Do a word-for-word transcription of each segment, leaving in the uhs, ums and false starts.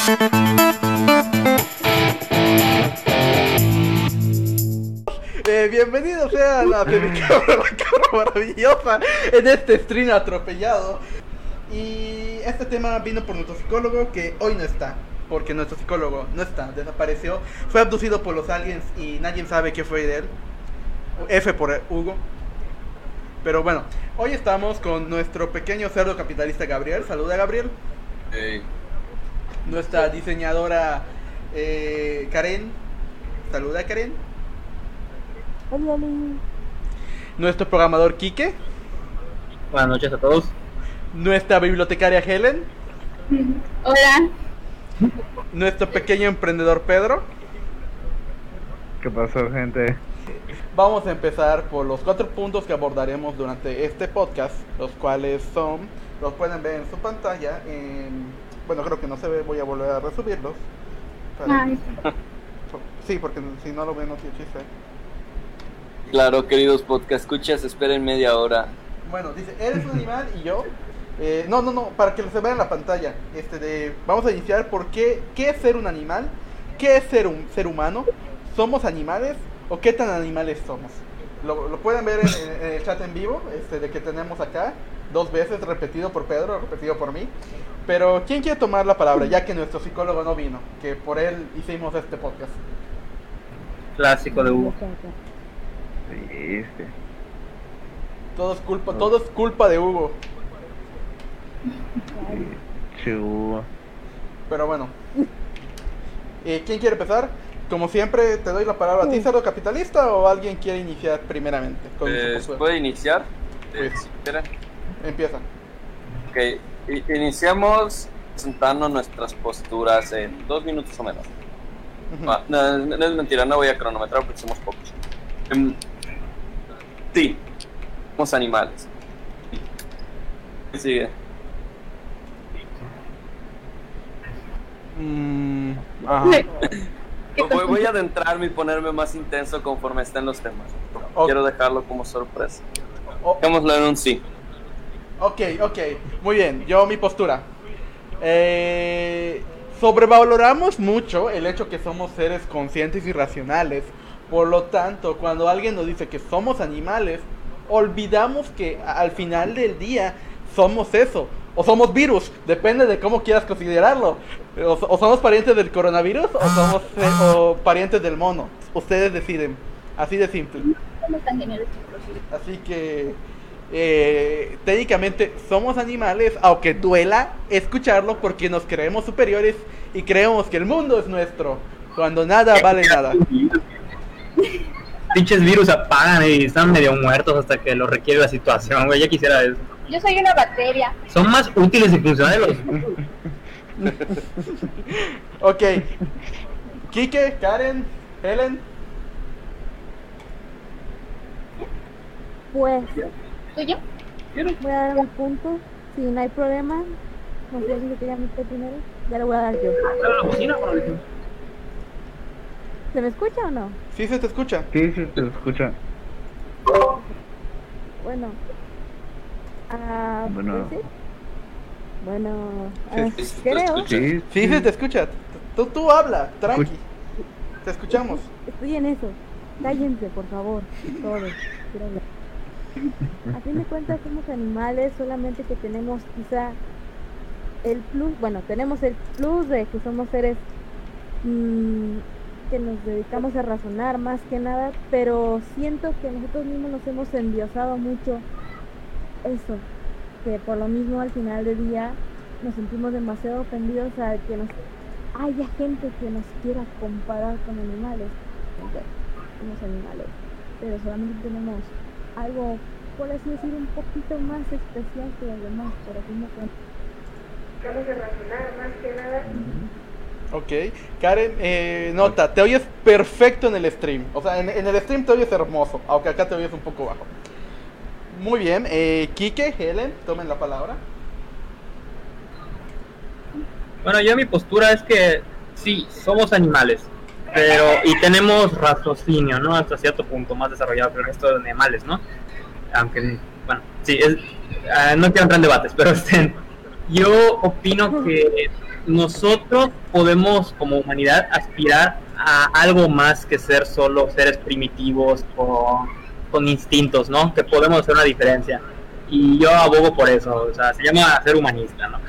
Eh, bienvenidos sean a mi cabra, la cabra maravillosa en este stream atropellado. Y este tema vino por nuestro psicólogo, que hoy no está, porque nuestro psicólogo no está, desapareció, fue abducido por los aliens y nadie sabe qué fue de él. F por Hugo. Pero bueno, hoy estamos con nuestro pequeño cerdo capitalista Gabriel. Saluda, Gabriel. Hey. Nuestra diseñadora eh, Karen. Saluda, Karen. Hola, hola. Nuestro programador Quique. Buenas noches a todos. Nuestra bibliotecaria Helen. Hola. Nuestro pequeño emprendedor Pedro. ¿Qué pasó, gente? Vamos a empezar por los cuatro puntos que abordaremos durante este podcast, los cuales son, los pueden ver en su pantalla, en, bueno, creo que no se ve, voy a volver a resubirlos. Para, Ay. sí, porque si no lo ven no tiene chiste. Claro, queridos podcast escuchas, esperen media hora. Bueno, dice, eres un animal y yo, eh, no, no, no, para que se vea en la pantalla, este de, vamos a iniciar por qué, qué es ser un animal, qué es ser un ser humano, somos animales, o qué tan animales somos. Lo, lo pueden ver en, en, en el chat en vivo, este de que tenemos acá, dos veces repetido por Pedro, repetido por mí. Pero ¿quién quiere tomar la palabra? Ya que nuestro psicólogo no vino, que por él hicimos este podcast. Clásico de Hugo. Sí, este. Todo es culpa, todo es culpa de Hugo. Chu. Pero bueno. Eh, ¿Quién quiere empezar? Como siempre, te doy la palabra a ti, cerdo capitalista, o alguien quiere iniciar primeramente. Con Eh, su ¿Puede iniciar? Eh, Pues. si quieren. Empieza. Ok, I- iniciamos presentando nuestras posturas en dos minutos o menos. Ujú. Ah, no, no, no es mentira, no voy a cronometrar porque somos pocos. Em, sí, somos animales. ¿Qué sigue? Mm, ajá. Voy, voy a adentrarme y ponerme más intenso conforme estén los temas. Ok. Quiero dejarlo como sorpresa. O- Dejémoslo en un sí. Ok, ok, muy bien, yo mi postura. Eh, sobrevaloramos mucho el hecho que somos seres conscientes y racionales. Por lo tanto, cuando alguien nos dice que somos animales, olvidamos que a- al final del día somos eso. O somos virus, depende de cómo quieras considerarlo. O, o somos parientes del coronavirus o somos eh, o parientes del mono. Ustedes deciden, así de simple. Somos tan geniales. Así que eh, técnicamente somos animales, aunque duela escucharlo porque nos creemos superiores y creemos que el mundo es nuestro, cuando nada vale nada. Pinches virus apagan y están medio muertos hasta que lo requiere la situación, güey. Ya quisiera eso. Yo soy una bacteria. Son más útiles y funcionales los... Ok, Kike, Karen, Helen. Pues ¿Tuyo? voy a dar mi punto, si no hay problema. No sé si se quería meter primero, ya lo voy a dar yo. ¿Se me escucha o no? ¿Sí se te escucha? Sí, sí, te escucha. Bueno. Ah, Bueno. pues sí. Bueno, Sí, ah, sí, sí, te creo. escucho. Sí, Sí se te escucha. Tú, tú habla, tranqui. Te escuchamos. Estoy en eso. Cállense, por favor. Todos. Quiero hablar. A fin de cuentas somos animales, solamente que tenemos quizá el plus, bueno, tenemos el plus de que somos seres mmm, que nos dedicamos a razonar más que nada, pero siento que nosotros mismos nos hemos endiosado mucho eso, que por lo mismo al final del día nos sentimos demasiado ofendidos a que nos haya gente que nos quiera comparar con animales. Ok, somos animales, pero solamente tenemos algo, por así decir, un poquito más especial que los demás, por así decirlo. Vamos a razonar más que nada. Ok, Karen, eh, nota, te oyes perfecto en el stream. O sea, en, en el stream te oyes hermoso, aunque acá te oyes un poco bajo. Muy bien, eh, Quique, Helen, tomen la palabra. Bueno, yo mi postura es que sí, somos animales, pero y tenemos raciocinio, ¿no? Hasta cierto punto más desarrollado que el resto de animales, ¿no? Aunque, bueno, sí, es, uh, no quiero entrar en debates, pero este, yo opino que nosotros podemos como humanidad aspirar a algo más que ser solo seres primitivos con, con instintos, ¿no? Que podemos hacer una diferencia. Y yo abogo por eso, o sea, se llama ser humanista, ¿no?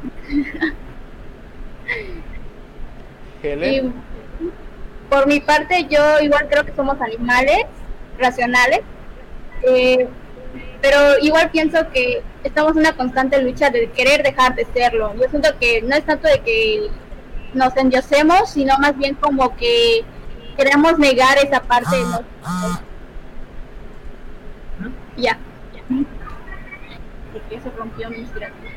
Helen. Y por mi parte, yo igual creo que somos animales racionales, eh, pero igual pienso que estamos en una constante lucha de querer dejar de serlo. Yo siento que no es tanto de que nos endiosemos, sino más bien como que queremos negar esa parte de nosotros. Ya. Porque se rompió mi inspiración.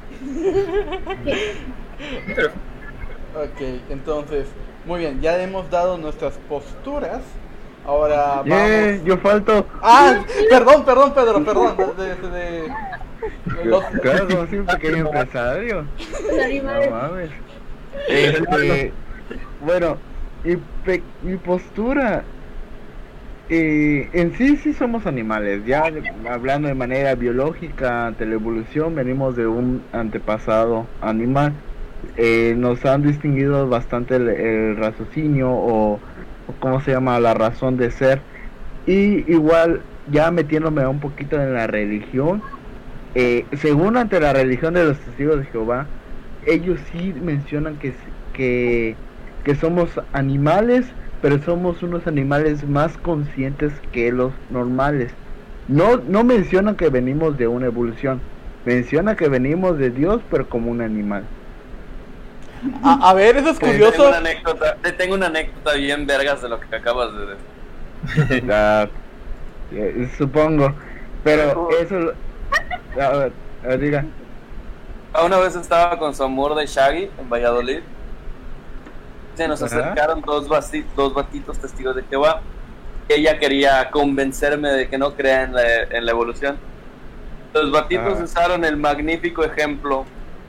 Ok, entonces, muy bien, ya hemos dado nuestras posturas. Ahora vamos. Yeah, yo falto. Ah, perdón, perdón, Pedro, perdón. De, de, de- los- Claro, como soy un pequeño empresario. Los animales. No mames. Este, bueno, mi, pe- mi postura. Eh, en sí, sí somos animales. Ya de- hablando de manera biológica, ante la evolución, venimos de un antepasado animal. Eh, nos han distinguido bastante el, el raciocinio o, o cómo se llama, la razón de ser. Y igual, ya metiéndome un poquito en la religión, eh, según ante la religión de los testigos de Jehová, ellos sí mencionan que, que, que somos animales, pero somos unos animales más conscientes que los normales. No, no mencionan que venimos de una evolución, menciona que venimos de Dios, pero como un animal. a, a ver, eso es Te tengo curioso. una anécdota, te tengo una anécdota bien vergas de lo que acabas de decir. Ah, eh, supongo, pero eso... lo- A ver, a ver, diga. Una vez estaba con su amor de Shaggy en Valladolid. Se nos Ajá. acercaron dos, basti- dos batitos testigos de Jehová. Ella quería convencerme de que no crea en la, en la evolución. Los batitos Ah. usaron el magnífico ejemplo.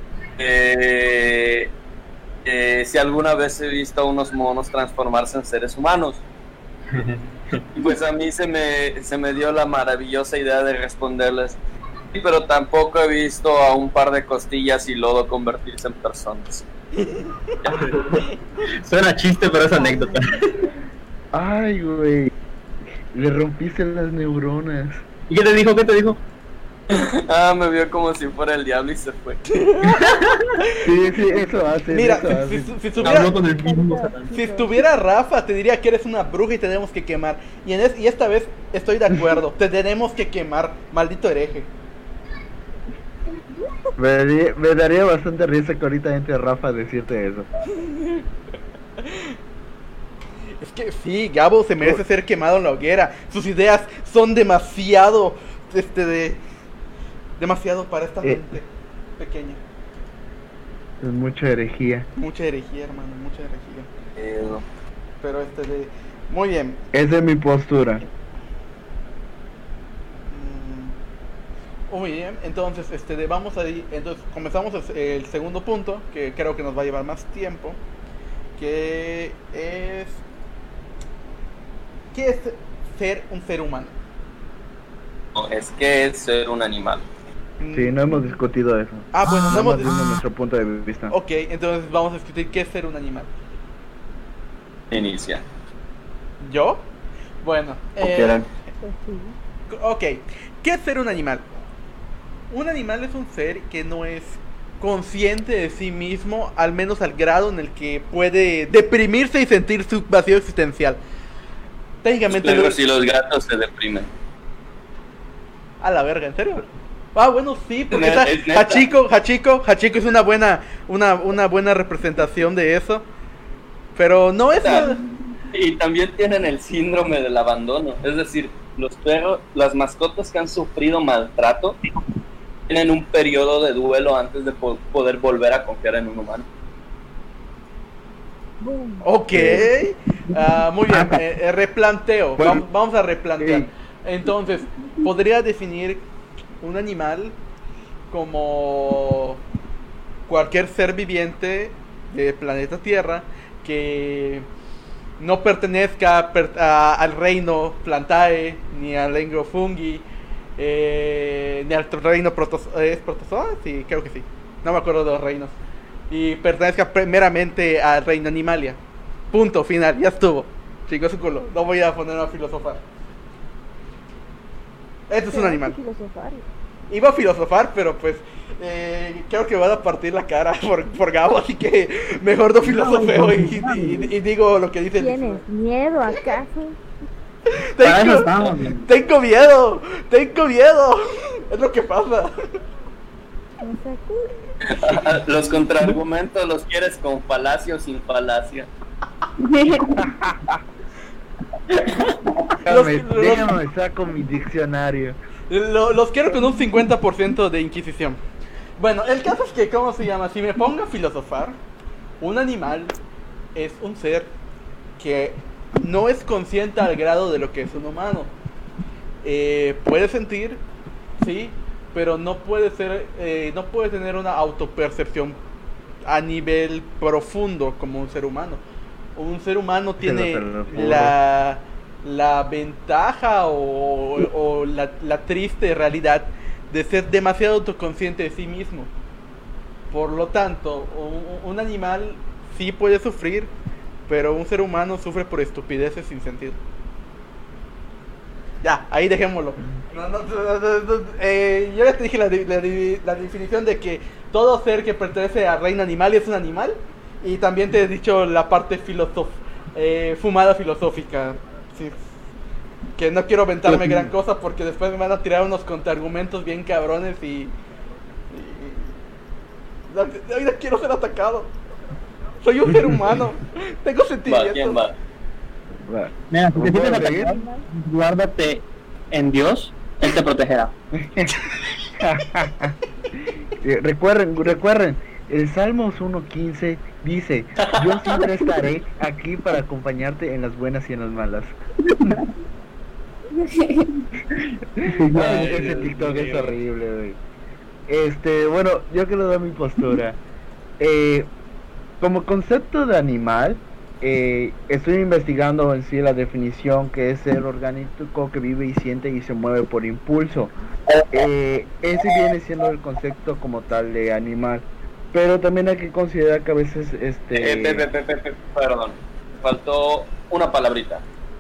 eh, eh, si alguna vez he visto a unos monos transformarse en seres humanos. Y pues a mí se me, se me dio la maravillosa idea de responderles: sí, pero tampoco he visto a un par de costillas y lodo convertirse en personas. Suena chiste, pero es anécdota. Ay, güey, le rompiste las neuronas. ¿Y qué te dijo? ¿Qué te dijo? Ah, me vio como si fuera el diablo y se fue. Sí, sí, eso hace. Mira, eso hace. si, si- si estuviera, Habló con el mismo Satán. si estuviera Rafa, te diría que eres una bruja y tenemos que quemar. Y, en es- y esta vez estoy de acuerdo, te tenemos que quemar, maldito hereje. Me daría, me daría bastante risa que ahorita entre Rafa a decirte eso. Es que sí, Gabo se merece ser quemado en la hoguera. Sus ideas son demasiado, este, de, demasiado para esta Eh. gente pequeña. Es mucha herejía. Mucha herejía, hermano, mucha herejía. Eh, Pero este de, muy bien. Esa es mi postura. Mm, Muy bien, entonces este de, vamos a ir, entonces comenzamos el, el segundo punto, que creo que nos va a llevar más tiempo, que es ¿qué es ser un ser humano? no, es que es ser un animal. Mm, Sí, no hemos discutido eso. Ah, bueno, no Estamos hemos viendo nuestro punto de vista. Ok, entonces vamos a discutir qué es ser un animal. Inicia. ¿Yo? Bueno, ¿O eh, quieran? Pues sí. ok, ¿qué es ser un animal? Un animal es un ser que no es consciente de sí mismo, al menos al grado en el que puede deprimirse y sentir su vacío existencial. Técnicamente, Luego lo- si los gatos se deprimen. a la verga, ¿en serio? Ah, bueno, sí, porque Es esa- neta, es neta. Hachiko, Hachiko, Hachiko es una buena, una, una buena representación de eso. Pero no es... Ta- Y también tienen el síndrome del abandono. Es decir, los perros, las mascotas que han sufrido maltrato, tienen un periodo de duelo antes de po- poder volver a confiar en un humano. Boom. Ok, ah, muy bien, eh, eh, replanteo, Bueno, Vam- vamos a replantear. eh. Entonces, podría definir un animal como cualquier ser viviente del planeta Tierra que no pertenezca per- a- al reino Plantae, ni al reino Fungi, eh, ni al reino Protozoa. ¿Es Protozoa? Sí, creo que sí. No me acuerdo de los reinos. y pertenezca meramente al reino Animalia. Punto, final, ya estuvo. Chicos, su culo, no voy a ponerme a filosofar. Este es un animal. Filosofar. Iba a filosofar, pero pues eh, creo que van a partir la cara por, por Gabo, así que mejor no filosofeo y, y, y digo lo que dice el ¿Tienes miedo acaso? Para eso Tengo, estamos, bien. tengo miedo, tengo miedo. Es lo que pasa. O sea, ¿qué? Los contraargumentos los quieres con falacia o sin falacia. Los- Déjame, los- déjame saco mi diccionario. Lo- los quiero con un cincuenta por ciento de inquisición. Bueno, el caso es que, ¿cómo se llama? Si me pongo a filosofar, un animal es un ser que no es consciente al grado de lo que es un humano. Eh, puede sentir, sí, pero no puede ser, eh, no puede tener una autopercepción a nivel profundo como un ser humano. Un ser humano tiene te lo juro. la, la ventaja o, o la, la triste realidad de ser demasiado autoconsciente de sí mismo. Por lo tanto, un, un animal sí puede sufrir, pero un ser humano sufre por estupideces sin sentido. Ya, ahí dejémoslo. No, no, no, no, no, eh, yo ya te dije la, de- la de- la definición de que todo ser que pertenece al reino animal es un animal. Y también te he dicho la parte filosof eh, fumada filosófica. Sí. Que no quiero aventarme gran cosa porque después me van a tirar unos contraargumentos bien cabrones y... y- no, no, no quiero ser atacado. Soy un ser humano. Tengo Va, sentimientos. ¿quién va? Va. Mira, si te ¿Puedo sientes seguir? atacado, guárdate en Dios, Él te protegerá. Eh, recuerden, recuerden, el Salmos uno quince dice, yo siempre estaré aquí para acompañarte en las buenas y en las malas. Ay, ese Dios TikTok es mío. horrible, güey. Este, bueno, yo quiero dar mi postura. Eh, como concepto de animal, eh, estoy investigando en sí la definición que es ser orgánico que vive y siente y se mueve por impulso. Eh, ese viene siendo el concepto como tal de animal. Pero también hay que considerar que a veces este Eh, pe- pe- pe- pe- pe- perdón, faltó una palabrita.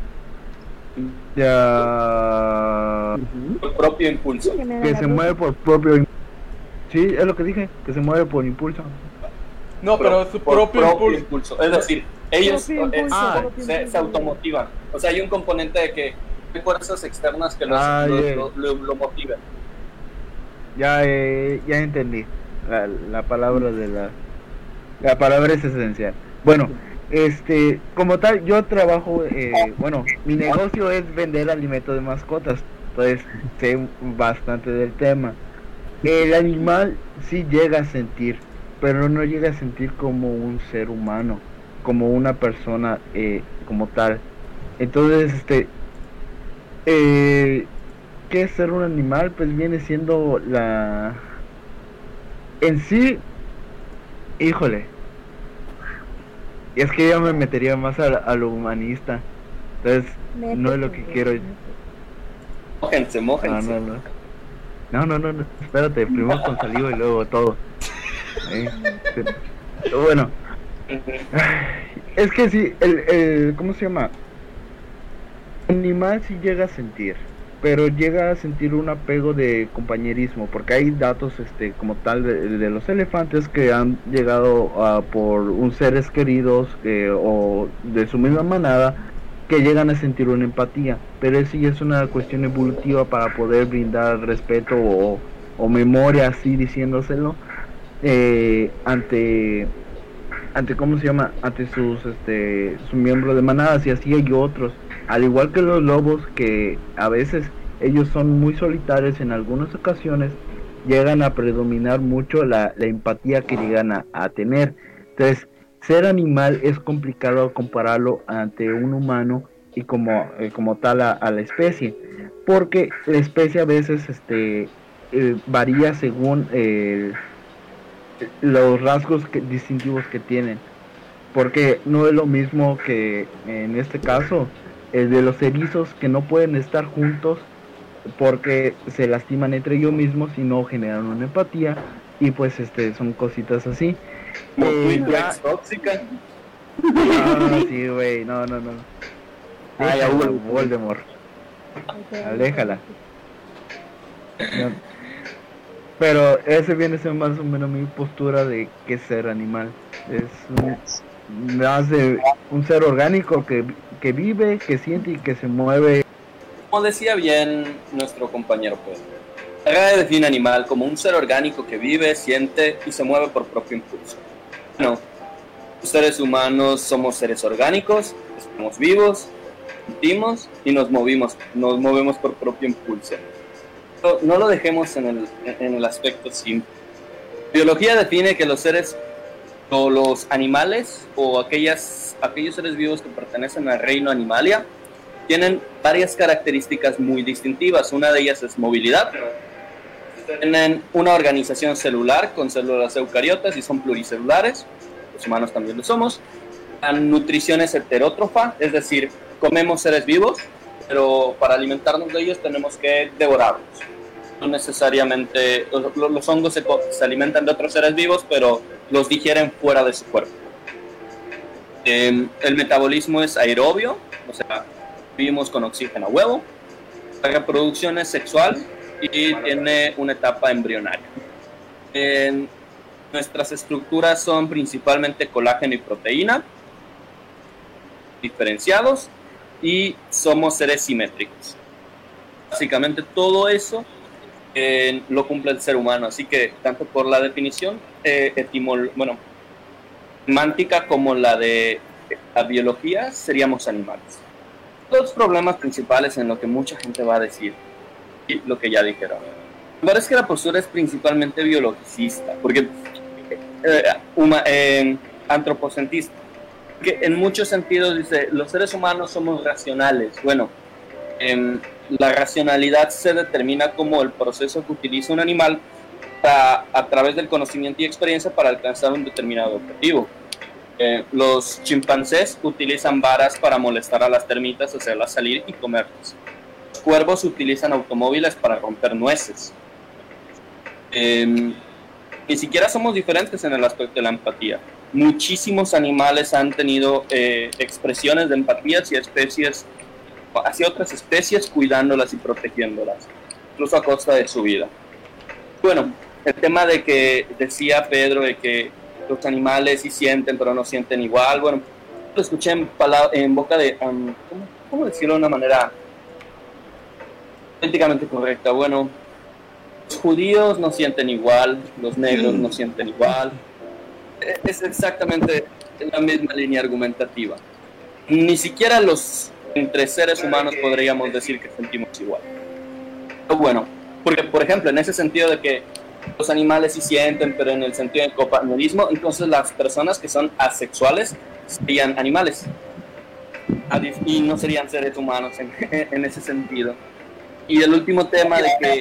ya El propio impulso. Que me da que la se luz. mueve por propio im- sí, es lo que dije, que se mueve por impulso. No, pero su Por propio impulso. Es decir, ellos Propio eh, impulso, ah, propio se, impulso. se automotivan. O sea, hay un componente de que hay fuerzas externas que los, Ah, los- yeah. lo, lo- lo motivan. Ya eh, ya entendí. La, la palabra de la la palabra es esencial. Bueno, este, como tal, yo trabajo, eh, bueno, mi negocio es vender alimento de mascotas, entonces sé bastante del tema. El animal sí llega a sentir, pero no llega a sentir como un ser humano, como una persona eh, como tal. Entonces, este, eh, ¿qué es ser un animal? Pues viene siendo la... En sí, híjole, es que yo me metería más a, a lo humanista, entonces no es lo que Métete, quiero. métete. Mójense, No, mójense. no, no. No, no, no, no. Espérate, primero con saliva y luego todo. Eh, sí. Bueno, es que sí, el, el, ¿cómo se llama? El animal sí llega a sentir, pero llega a sentir un apego de compañerismo, porque hay datos, este, como tal, de, de los elefantes que han llegado a, por un seres queridos que, o de su misma manada, que llegan a sentir una empatía, pero eso ya es una cuestión evolutiva para poder brindar respeto o, o memoria, así diciéndoselo, eh, ante, ante, ¿cómo se llama? Ante sus, este, sus miembros de manadas, y así hay otros, al igual que los lobos, que a veces ellos son muy solitarios, en algunas ocasiones llegan a predominar mucho la, la empatía que llegan a, a tener. Entonces, ser animal es complicado compararlo ante un humano y como, eh, como tal a, a la especie, porque la especie a veces este, eh, varía según eh, los rasgos que, distintivos que tienen, porque no es lo mismo que en este caso el de los erizos, que no pueden estar juntos porque se lastiman entre ellos mismos y no generan una empatía, y pues este son cositas así. Como Eh, tú y tu ya- ex tóxica. Ah, sí, güey, no, no, no. Ay, Déjala, abuelo. Voldemort. Ok, Aléjala. No. Pero ese viene a ser más o menos mi postura de que ser animal. Es un, más de un ser orgánico que, que vive, que siente y que se mueve. Como decía bien nuestro compañero Pedro, Saga define animal como un ser orgánico que vive, siente y se mueve por propio impulso. Bueno, los seres humanos somos seres orgánicos, estamos vivos, sentimos y nos movimos, nos movemos por propio impulso. No, no lo dejemos en el, en el aspecto simple. Biología define que los seres o los animales o aquellas, aquellos seres vivos que pertenecen al reino Animalia tienen varias características muy distintivas. Una de ellas es movilidad. Tienen una organización celular con células eucariotas y son pluricelulares. Los humanos también lo somos. La nutrición es heterótrofa, es decir, comemos seres vivos, pero para alimentarnos de ellos tenemos que devorarlos. No necesariamente, los, los hongos se, se alimentan de otros seres vivos, pero los digieren fuera de su cuerpo. Eh, el metabolismo es aerobio, o sea, vivimos con oxígeno a huevo. La reproducción es sexual y tiene una etapa embrionaria. Eh, nuestras estructuras son principalmente colágeno y proteína, diferenciados, y somos seres simétricos. Básicamente todo eso eh, lo cumple el ser humano, así que tanto por la definición eh, etimol, bueno, semántica como la de la biología seríamos animales. Dos problemas principales en lo que mucha gente va a decir y lo que ya dijeron. Me parece que la postura es principalmente biologicista, porque eh, uma, eh, antropocentrista, que en muchos sentidos dice los seres humanos somos racionales. Bueno, eh, la racionalidad se determina como el proceso que utiliza un animal para, a través del conocimiento y experiencia para alcanzar un determinado objetivo. Eh, los chimpancés utilizan varas para molestar a las termitas, hacerlas salir y comerlas. Los cuervos utilizan automóviles para romper nueces. Eh, ni siquiera somos diferentes en el aspecto de la empatía. Muchísimos animales han tenido eh, expresiones de empatía hacia especies, hacia otras especies, cuidándolas y protegiéndolas, incluso a costa de su vida. Bueno, el tema de que decía Pedro de que los animales sí sienten, pero no sienten igual. Bueno, lo escuché en, palabra, en boca de, um, ¿cómo, ¿cómo decirlo de una manera políticamente correcta? Bueno, los judíos no sienten igual, los negros no sienten igual. Es exactamente la misma línea argumentativa. Ni siquiera los entre seres humanos podríamos decir que sentimos igual. Pero bueno, porque por ejemplo, en ese sentido de que los animales sí sienten, pero en el sentido del compañerismo, entonces las personas que son asexuales serían animales y no serían seres humanos en, en ese sentido. Y el último tema de que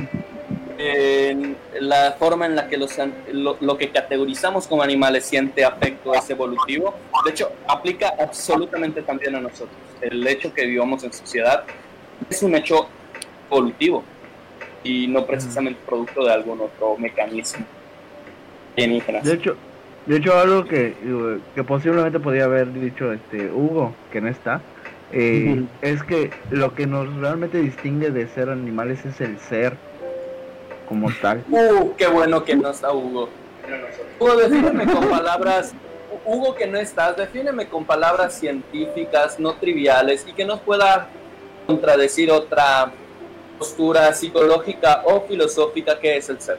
eh, la forma en la que los, lo, lo que categorizamos como animales siente afecto es evolutivo. De hecho, aplica absolutamente también a nosotros. El hecho que vivamos en sociedad es un hecho evolutivo y no precisamente producto de algún otro mecanismo alienígena. De hecho, de hecho algo que, que posiblemente podría haber dicho este Hugo, que no está, eh, uh-huh. es que lo que nos realmente distingue de ser animales es el ser como tal. Uh, qué bueno que no está Hugo. Hugo, defíneme con palabras, Hugo que no estás, defíneme con palabras científicas, no triviales, y que nos pueda contradecir otra postura psicológica o filosófica que es el ser.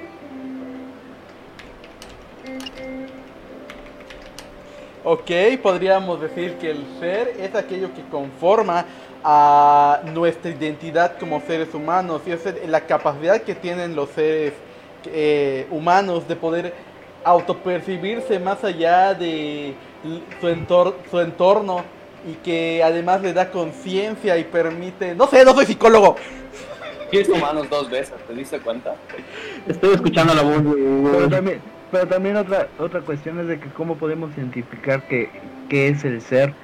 Ok, podríamos decir que el ser es aquello que conforma a nuestra identidad como seres humanos, y es la capacidad que tienen los seres eh, humanos de poder autopercibirse más allá de su, entor- su entorno, y que además le da conciencia y permite... No sé, no soy psicólogo. Tienes humanos dos veces, ¿te diste cuenta? Estoy escuchando la voz de... Pero también, pero también otra otra cuestión es de que cómo podemos identificar que, qué es el ser.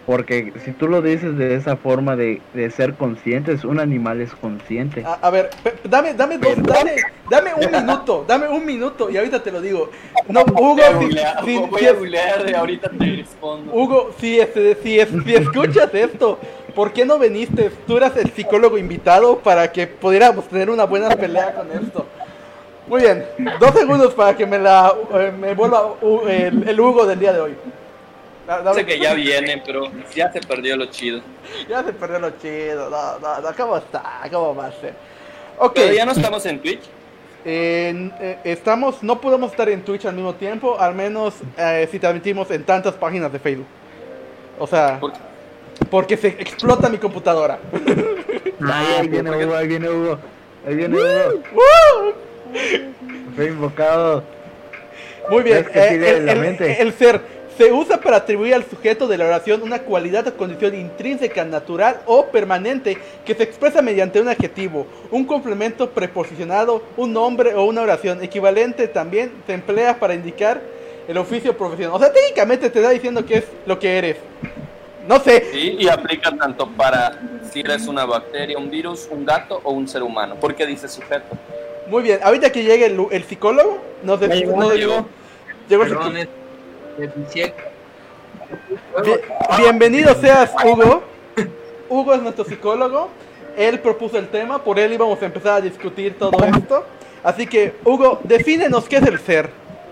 Porque si tú lo dices de esa forma de, de ser conscientes, un animal es consciente. A, a ver, pe- dame, dame dos, dame, dame un minuto, dame un minuto y ahorita te lo digo. No, Hugo, Voy a si, googlear, si- voy si a es- googlear y ahorita te respondo. Hugo, si, este, si, es- si escuchas esto, ¿por qué no viniste? Tú eras el psicólogo invitado para que pudiéramos tener una buena pelea con esto. Muy bien, dos segundos para que me la eh, me vuelva uh, el, el Hugo del día de hoy. Da- dame- Sé que ya viene, pero ya se perdió lo chido. Ya se perdió lo chido, no, no, no, ¿cómo está? ¿Cómo va a ser? Ok, Pero ya no estamos en Twitch. en- eh, estamos, no podemos estar en Twitch al mismo tiempo, al menos eh, si transmitimos en tantas páginas de Facebook. O sea, ¿Por- porque se explota mi computadora. Ahí, ahí viene Hugo, ahí viene Hugo. Ahí viene Hugo. ¡Woo! Fue invocado. Muy bien, Es que sí eh, lee el, la el- mente. el ser se usa para atribuir al sujeto de la oración una cualidad o condición intrínseca, natural o permanente que se expresa mediante un adjetivo, un complemento preposicionado, un nombre o una oración. Equivalente también se emplea para indicar el oficio profesional. O sea, técnicamente te está diciendo qué es lo que eres. No sé. Sí, y aplica tanto para si eres una bacteria, un virus, un gato o un ser humano. Porque dice sujeto. Muy bien, ahorita que llegue el, el psicólogo, nos Ya llegó, nos- ya llegó. llegó el Perdón, psicólogo. es- es vicié. Bien- bienvenido seas, Hugo. Hugo es nuestro psicólogo. Él propuso el tema, por él íbamos a empezar a discutir todo esto. Así que, Hugo, defínenos qué es el ser.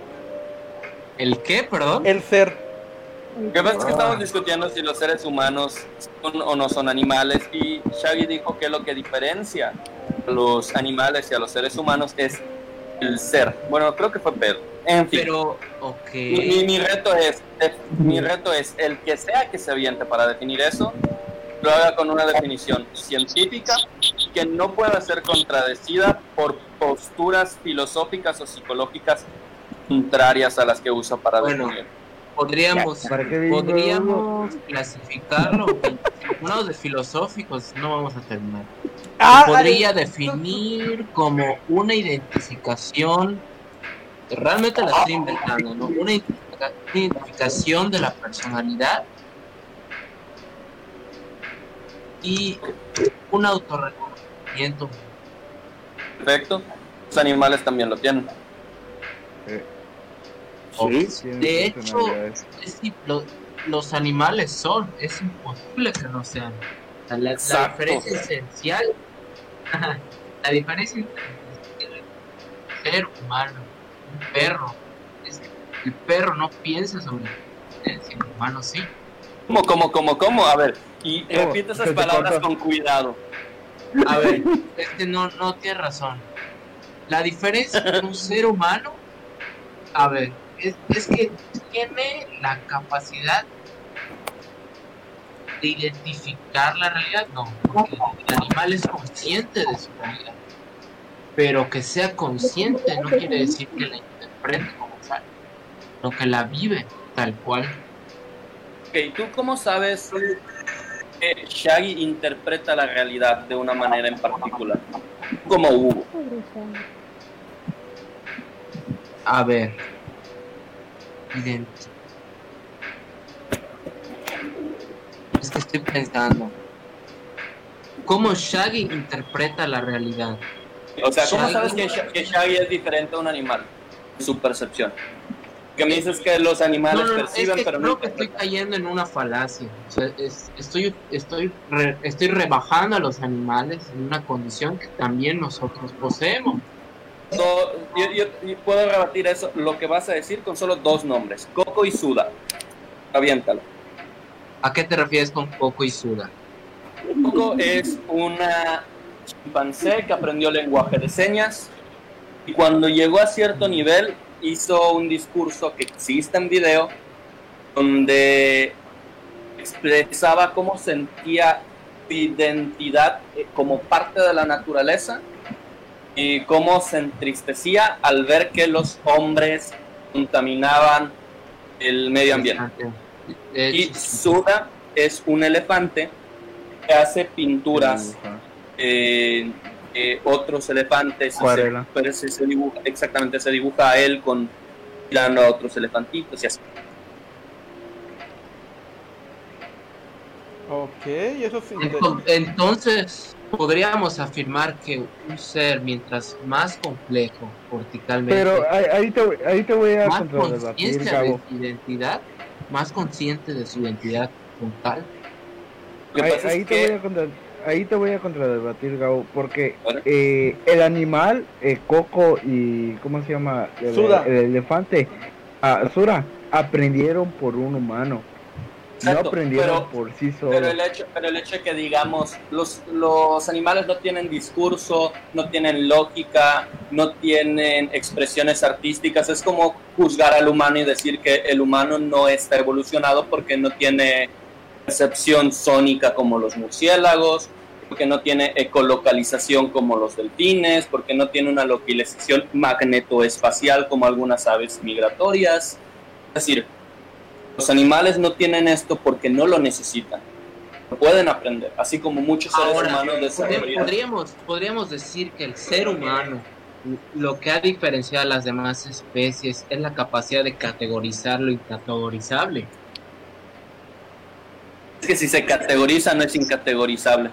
¿El qué, perdón? El ser. Lo que pasa es que estamos discutiendo si los seres humanos son o no son animales. Y Shaggy dijo que lo que diferencia a los animales y a los seres humanos es el ser. Bueno, creo que fue Pedro. En fin. Pero, ok. Mi, mi- mi reto es, es- mi reto es el que sea que se aviente para definir eso, lo haga con una definición científica que no pueda ser contradecida por posturas filosóficas o psicológicas contrarias a las que usa para Bueno. definir. Podríamos, ¿Para qué digo? podríamos clasificarlo. aunque Hablamos de filosóficos, no vamos a terminar. Ah, Se podría ah, definir como una identificación, realmente la estoy inventando, ¿no? Una identifica- una identificación de la personalidad y un autorreconocimiento. Perfecto. Los animales también lo tienen. Sí, De tiene hecho, personalidades. es im- lo- los animales son, es imposible que no sean. O sea, La, la Exacto. diferencia esencial, la diferencia entre el ser humano, un perro, es que el perro no piensa sobre el ser humano, sí. ¿Cómo, cómo, cómo, cómo? A ver, y ¿Cómo? repite esas Se te palabras cortó. con cuidado. A ver, es que no, no tiene razón. La diferencia entre un ser humano, a ver, es, es que tiene la capacidad de identificar la realidad, no, porque el animal es consciente de su realidad, pero que sea consciente no quiere decir que la interprete como tal, sino que la vive tal cual. Ok, ¿tú cómo sabes que Shaggy interpreta la realidad de una manera en particular? Como Hugo. Pobre Shaggy. A ver, ident- es que estoy pensando, ¿cómo Shaggy interpreta la realidad? O sea, ¿cómo Shaggy- sabes que, Sha- que Shaggy es diferente a un animal? Su percepción. Que me dices que los animales No, no, no, es perciben, que pero no creo que estoy interpretan. cayendo en una falacia. O sea, es- estoy, estoy, re- estoy rebajando a los animales en una condición que también nosotros poseemos. Do- yo, yo- yo puedo rebatir eso, lo que vas a decir con solo dos nombres, Coco y Suda. Aviéntalo. ¿A qué te refieres con Coco y Suda? Coco es una chimpancé que aprendió lenguaje de señas y cuando llegó a cierto nivel hizo un discurso que existe en video donde expresaba cómo sentía su identidad eh, como parte de la naturaleza y cómo se entristecía al ver que los hombres contaminaban el medio ambiente. De Y hecho, sí. Suda es un elefante que hace pinturas Dibuja. eh, eh, otros elefantes y se, Acuarela. pero se, se dibuja, exactamente se dibuja a él con tirando a otros elefantitos y así. Ok, eso sí. Ento- Entonces, podríamos afirmar que un ser, mientras más complejo corticalmente, Pero ahí, ahí, te, voy- ahí te voy a más contradebatir, conciencia de Gabo. su identidad, más consciente de su identidad como tal. Lo que Ahí, pasa ahí es te que- voy a contra, ahí te voy a contradebatir, Gabo, porque Bueno. eh, el animal, eh, Coco y ¿cómo se llama? El, Suda. el elefante, ah, Sura, aprendieron por un humano. Exacto, No aprendieron pero- por sí solos. Pero el hecho, pero el hecho de que digamos los, los animales no tienen discurso, no tienen lógica, no tienen expresiones artísticas, es como juzgar al humano y decir que el humano no está evolucionado porque no tiene percepción sónica como los murciélagos, porque no tiene ecolocalización como los delfines, porque no tiene una localización magnetoespacial como algunas aves migratorias. Es decir, los animales no tienen esto porque no lo necesitan. Lo pueden aprender, así como muchos seres Ahora, humanos podri- desarrollados. podríamos, podríamos decir que el ser humano, lo que ha diferenciado a las demás especies es la capacidad de categorizar lo incategorizable. Es que si se categoriza no es incategorizable.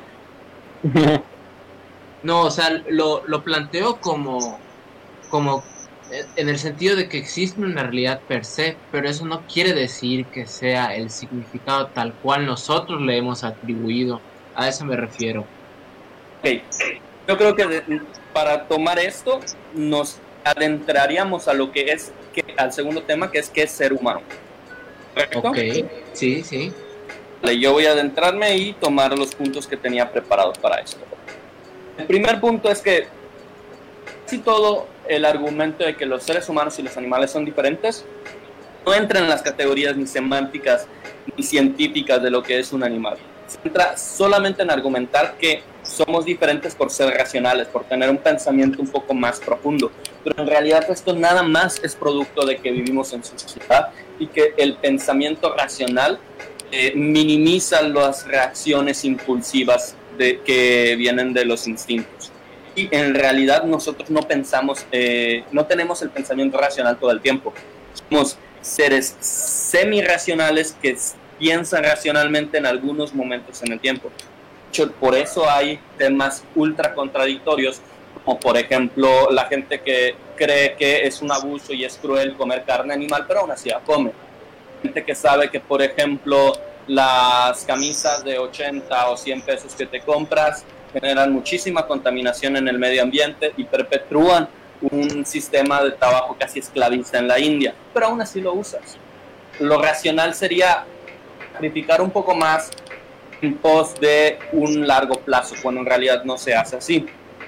No, o sea, lo, lo planteo como, como eh, en el sentido de que existe una realidad per se, pero eso no quiere decir que sea el significado tal cual nosotros le hemos atribuido. A eso me refiero. Ok, yo creo que de- para tomar esto nos adentraríamos a lo que es, que, al segundo tema, que es qué es ser humano. ¿Correcto? Ok, sí, sí. Vale, yo voy a adentrarme y tomar los puntos que tenía preparados para esto. El primer punto es que casi todo el argumento de que los seres humanos y los animales son diferentes no entra en las categorías ni semánticas ni científicas de lo que es un animal. Se entra solamente en argumentar que somos diferentes por ser racionales, por tener un pensamiento un poco más profundo. Pero en realidad esto nada más es producto de que vivimos en sociedad y que el pensamiento racional eh, minimiza las reacciones impulsivas de, que vienen de los instintos. Y en realidad nosotros no pensamos, eh, no tenemos el pensamiento racional todo el tiempo. Somos seres semi-racionales que piensan racionalmente en algunos momentos en el tiempo. De hecho, por eso hay temas ultra contradictorios, como por ejemplo la gente que cree que es un abuso y es cruel comer carne animal, pero aún así la come. Gente que sabe que, por ejemplo, las camisas de ochenta o cien pesos que te compras generan muchísima contaminación en el medio ambiente y perpetúan un sistema de trabajo casi esclavista en la India, pero aún así lo usas. Lo racional sería sacrificar un poco más en pos de un largo plazo, cuando en realidad no se hace así.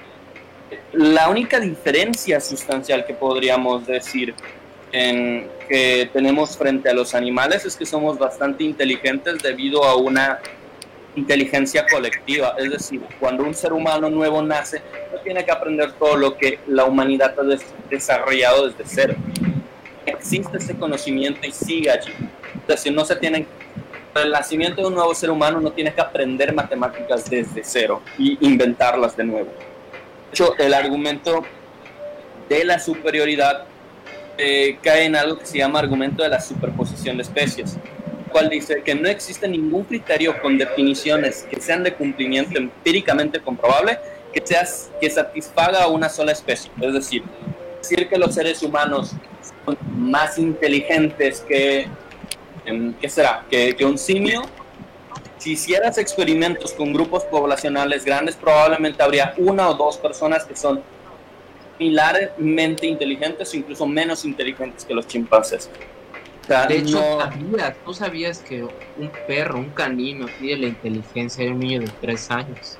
La única diferencia sustancial que podríamos decir en que tenemos frente a los animales es que somos bastante inteligentes debido a una inteligencia colectiva. Es decir, cuando un ser humano nuevo nace, no tiene que aprender todo lo que la humanidad ha des- desarrollado desde cero. Existe ese conocimiento y sigue allí. Es decir, no se tienen, el nacimiento de un nuevo ser humano no tiene que aprender matemáticas desde cero y inventarlas de nuevo. De hecho, el argumento de la superioridad eh, cae en algo que se llama argumento de la superposición de especies, el cual dice que no existe ningún criterio con definiciones que sean de cumplimiento empíricamente comprobable que, seas, que satisfaga a una sola especie. Es decir, decir que los seres humanos son más inteligentes que, eh, ¿qué será? Que, que un simio. Si hicieras experimentos con grupos poblacionales grandes, probablemente habría una o dos personas que son similarmente inteligentes o incluso menos inteligentes que los chimpancés. O sea, De hecho, no- ¿sabías, ¿tú sabías que un perro, un canino, tiene la inteligencia de un niño de tres años?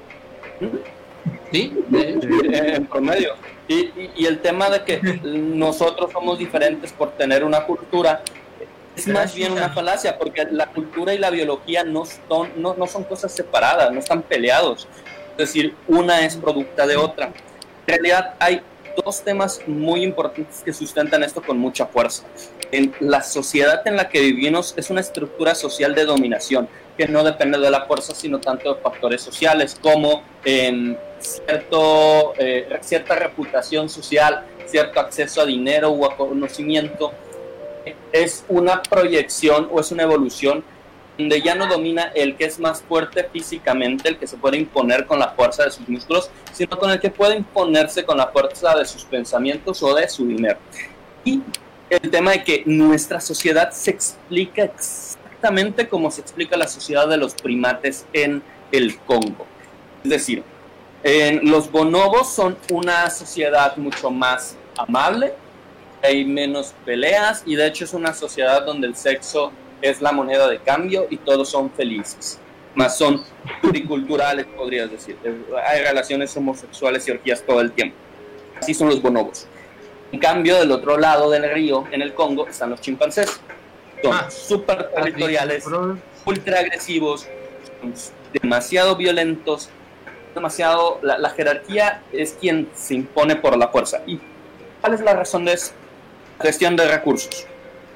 ¿Sí? De hecho. en promedio. Y, y, y el tema de que nosotros somos diferentes por tener una cultura es más bien una falacia, porque la cultura y la biología no son, no, no son cosas separadas, no están peleados. Es decir, una es producto de otra. En realidad hay dos temas muy importantes que sustentan esto con mucha fuerza. En la sociedad en la que vivimos es una estructura social de dominación que no depende de la fuerza, sino tanto de factores sociales como en cierto, eh, cierta reputación social, cierto acceso a dinero o a conocimiento. Es una proyección o es una evolución donde ya no domina el que es más fuerte físicamente, el que se puede imponer con la fuerza de sus músculos, sino con el que puede imponerse con la fuerza de sus pensamientos o de su dinero. Y el tema de que nuestra sociedad se explica exactamente como se explica la sociedad de los primates en el Congo. Es decir, en los bonobos son una sociedad mucho más amable, hay menos peleas y de hecho es una sociedad donde el sexo es la moneda de cambio y todos son felices. Más son pluriculturales, podrías decir. Hay relaciones homosexuales y orgías todo el tiempo. Así son los bonobos. En cambio, del otro lado del río, en el Congo, están los chimpancés. Son Ah, súper territoriales, ultra agresivos, demasiado violentos, demasiado... La, la jerarquía es quien se impone por la fuerza. ¿Y cuál es la razón de eso? Gestión de recursos.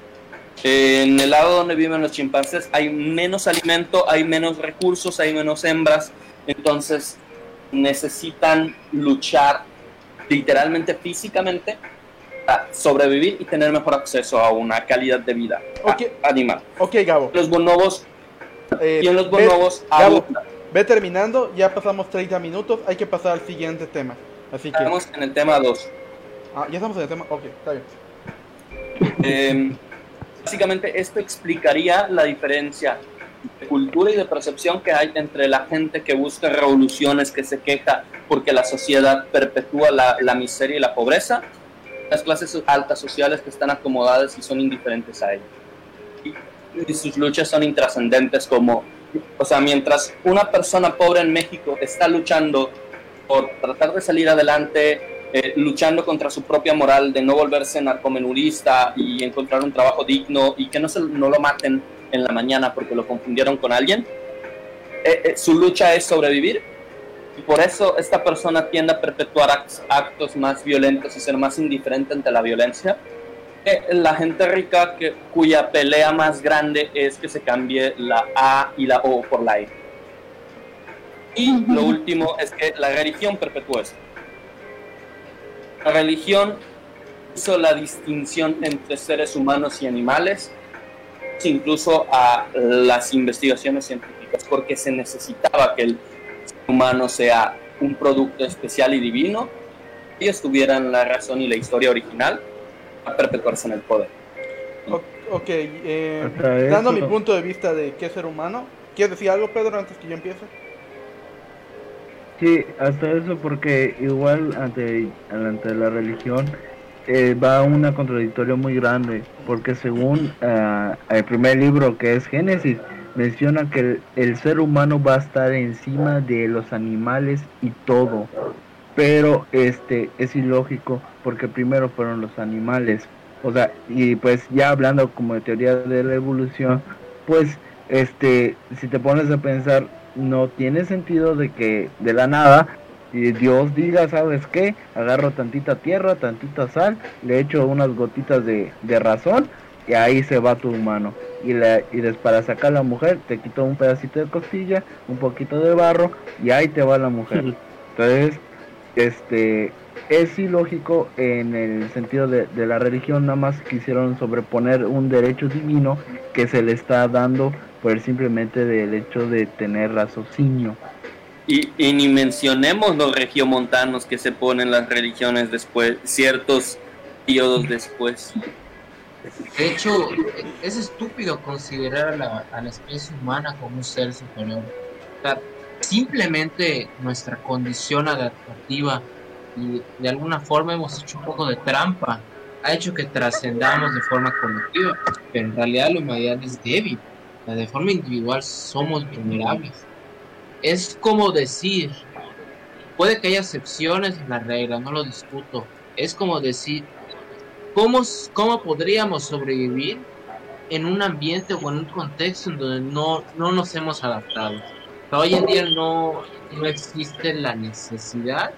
En el lado donde viven los chimpancés hay menos alimento, hay menos recursos, hay menos hembras, entonces necesitan luchar literalmente físicamente para sobrevivir y tener mejor acceso a una calidad de vida Okay. animal. Ok, Gabo. Los bonobos Eh, y en los ve- bonobos Gabo, abundan. ve terminando, ya pasamos treinta minutos, hay que pasar al siguiente tema. Así que... Estamos en el tema dos. Ah, ya estamos en el tema, ok, está bien. Eh, básicamente esto explicaría la diferencia de cultura y de percepción que hay entre la gente que busca revoluciones, que se queja porque la sociedad perpetúa la, la miseria y la pobreza, las clases altas sociales que están acomodadas y son indiferentes a ello. Y, y sus luchas son intrascendentes como, o sea, mientras una persona pobre en México está luchando por tratar de salir adelante, Eh, luchando contra su propia moral de no volverse narcomenudista y encontrar un trabajo digno y que no, se, no lo maten en la mañana porque lo confundieron con alguien. Eh, eh, su lucha es sobrevivir y por eso esta persona tiende a perpetuar actos, actos más violentos y ser más indiferente ante la violencia. Eh, la gente rica que, cuya pelea más grande es que se cambie la A y la O por la E. Y lo último es que la religión perpetúa esto. La religión hizo la distinción entre seres humanos y animales, incluso a las investigaciones científicas, porque se necesitaba que el ser humano sea un producto especial y divino, y ellos tuvieran la razón y la historia original para perpetuarse en el poder. O- ok, eh, Hasta eso- dando mi punto de vista de qué es ser humano, ¿quieres decir algo, Pedro, antes que yo empiece? Sí, hasta eso porque igual ante, ante la religión eh, va una contradictoria muy grande, porque según uh, el primer libro que es Génesis, menciona que el, el ser humano va a estar encima de los animales y todo, pero este es ilógico porque primero fueron los animales, o sea, y pues ya hablando como de teoría de la evolución, pues este, si te pones a pensar, no tiene sentido de que de la nada y Dios diga, ¿sabes qué? Agarro tantita tierra, tantita sal, le echo unas gotitas de, de razón y ahí se va tu humano. Y, la, y des, para sacar a la mujer te quito un pedacito de costilla, un poquito de barro y ahí te va la mujer. Entonces, este es ilógico en el sentido de, de la religión, nada más quisieron sobreponer un derecho divino que se le está dando por el simplemente del hecho de tener raciocinio. Y, y ni mencionemos los regiomontanos que se ponen las religiones después, ciertos periodos después. De hecho, es estúpido considerar a la, a la especie humana como un ser superior. O sea, simplemente nuestra condición adaptativa y de alguna forma hemos hecho un poco de trampa, ha hecho que trascendamos de forma colectiva, pero en realidad la humanidad es débil. O sea, de forma individual somos vulnerables. Es como decir, puede que haya excepciones en la regla, no lo discuto. Es como decir, ¿cómo, cómo podríamos sobrevivir en un ambiente o en un contexto en donde no, no nos hemos adaptado? O sea, hoy en día no, no existe la necesidad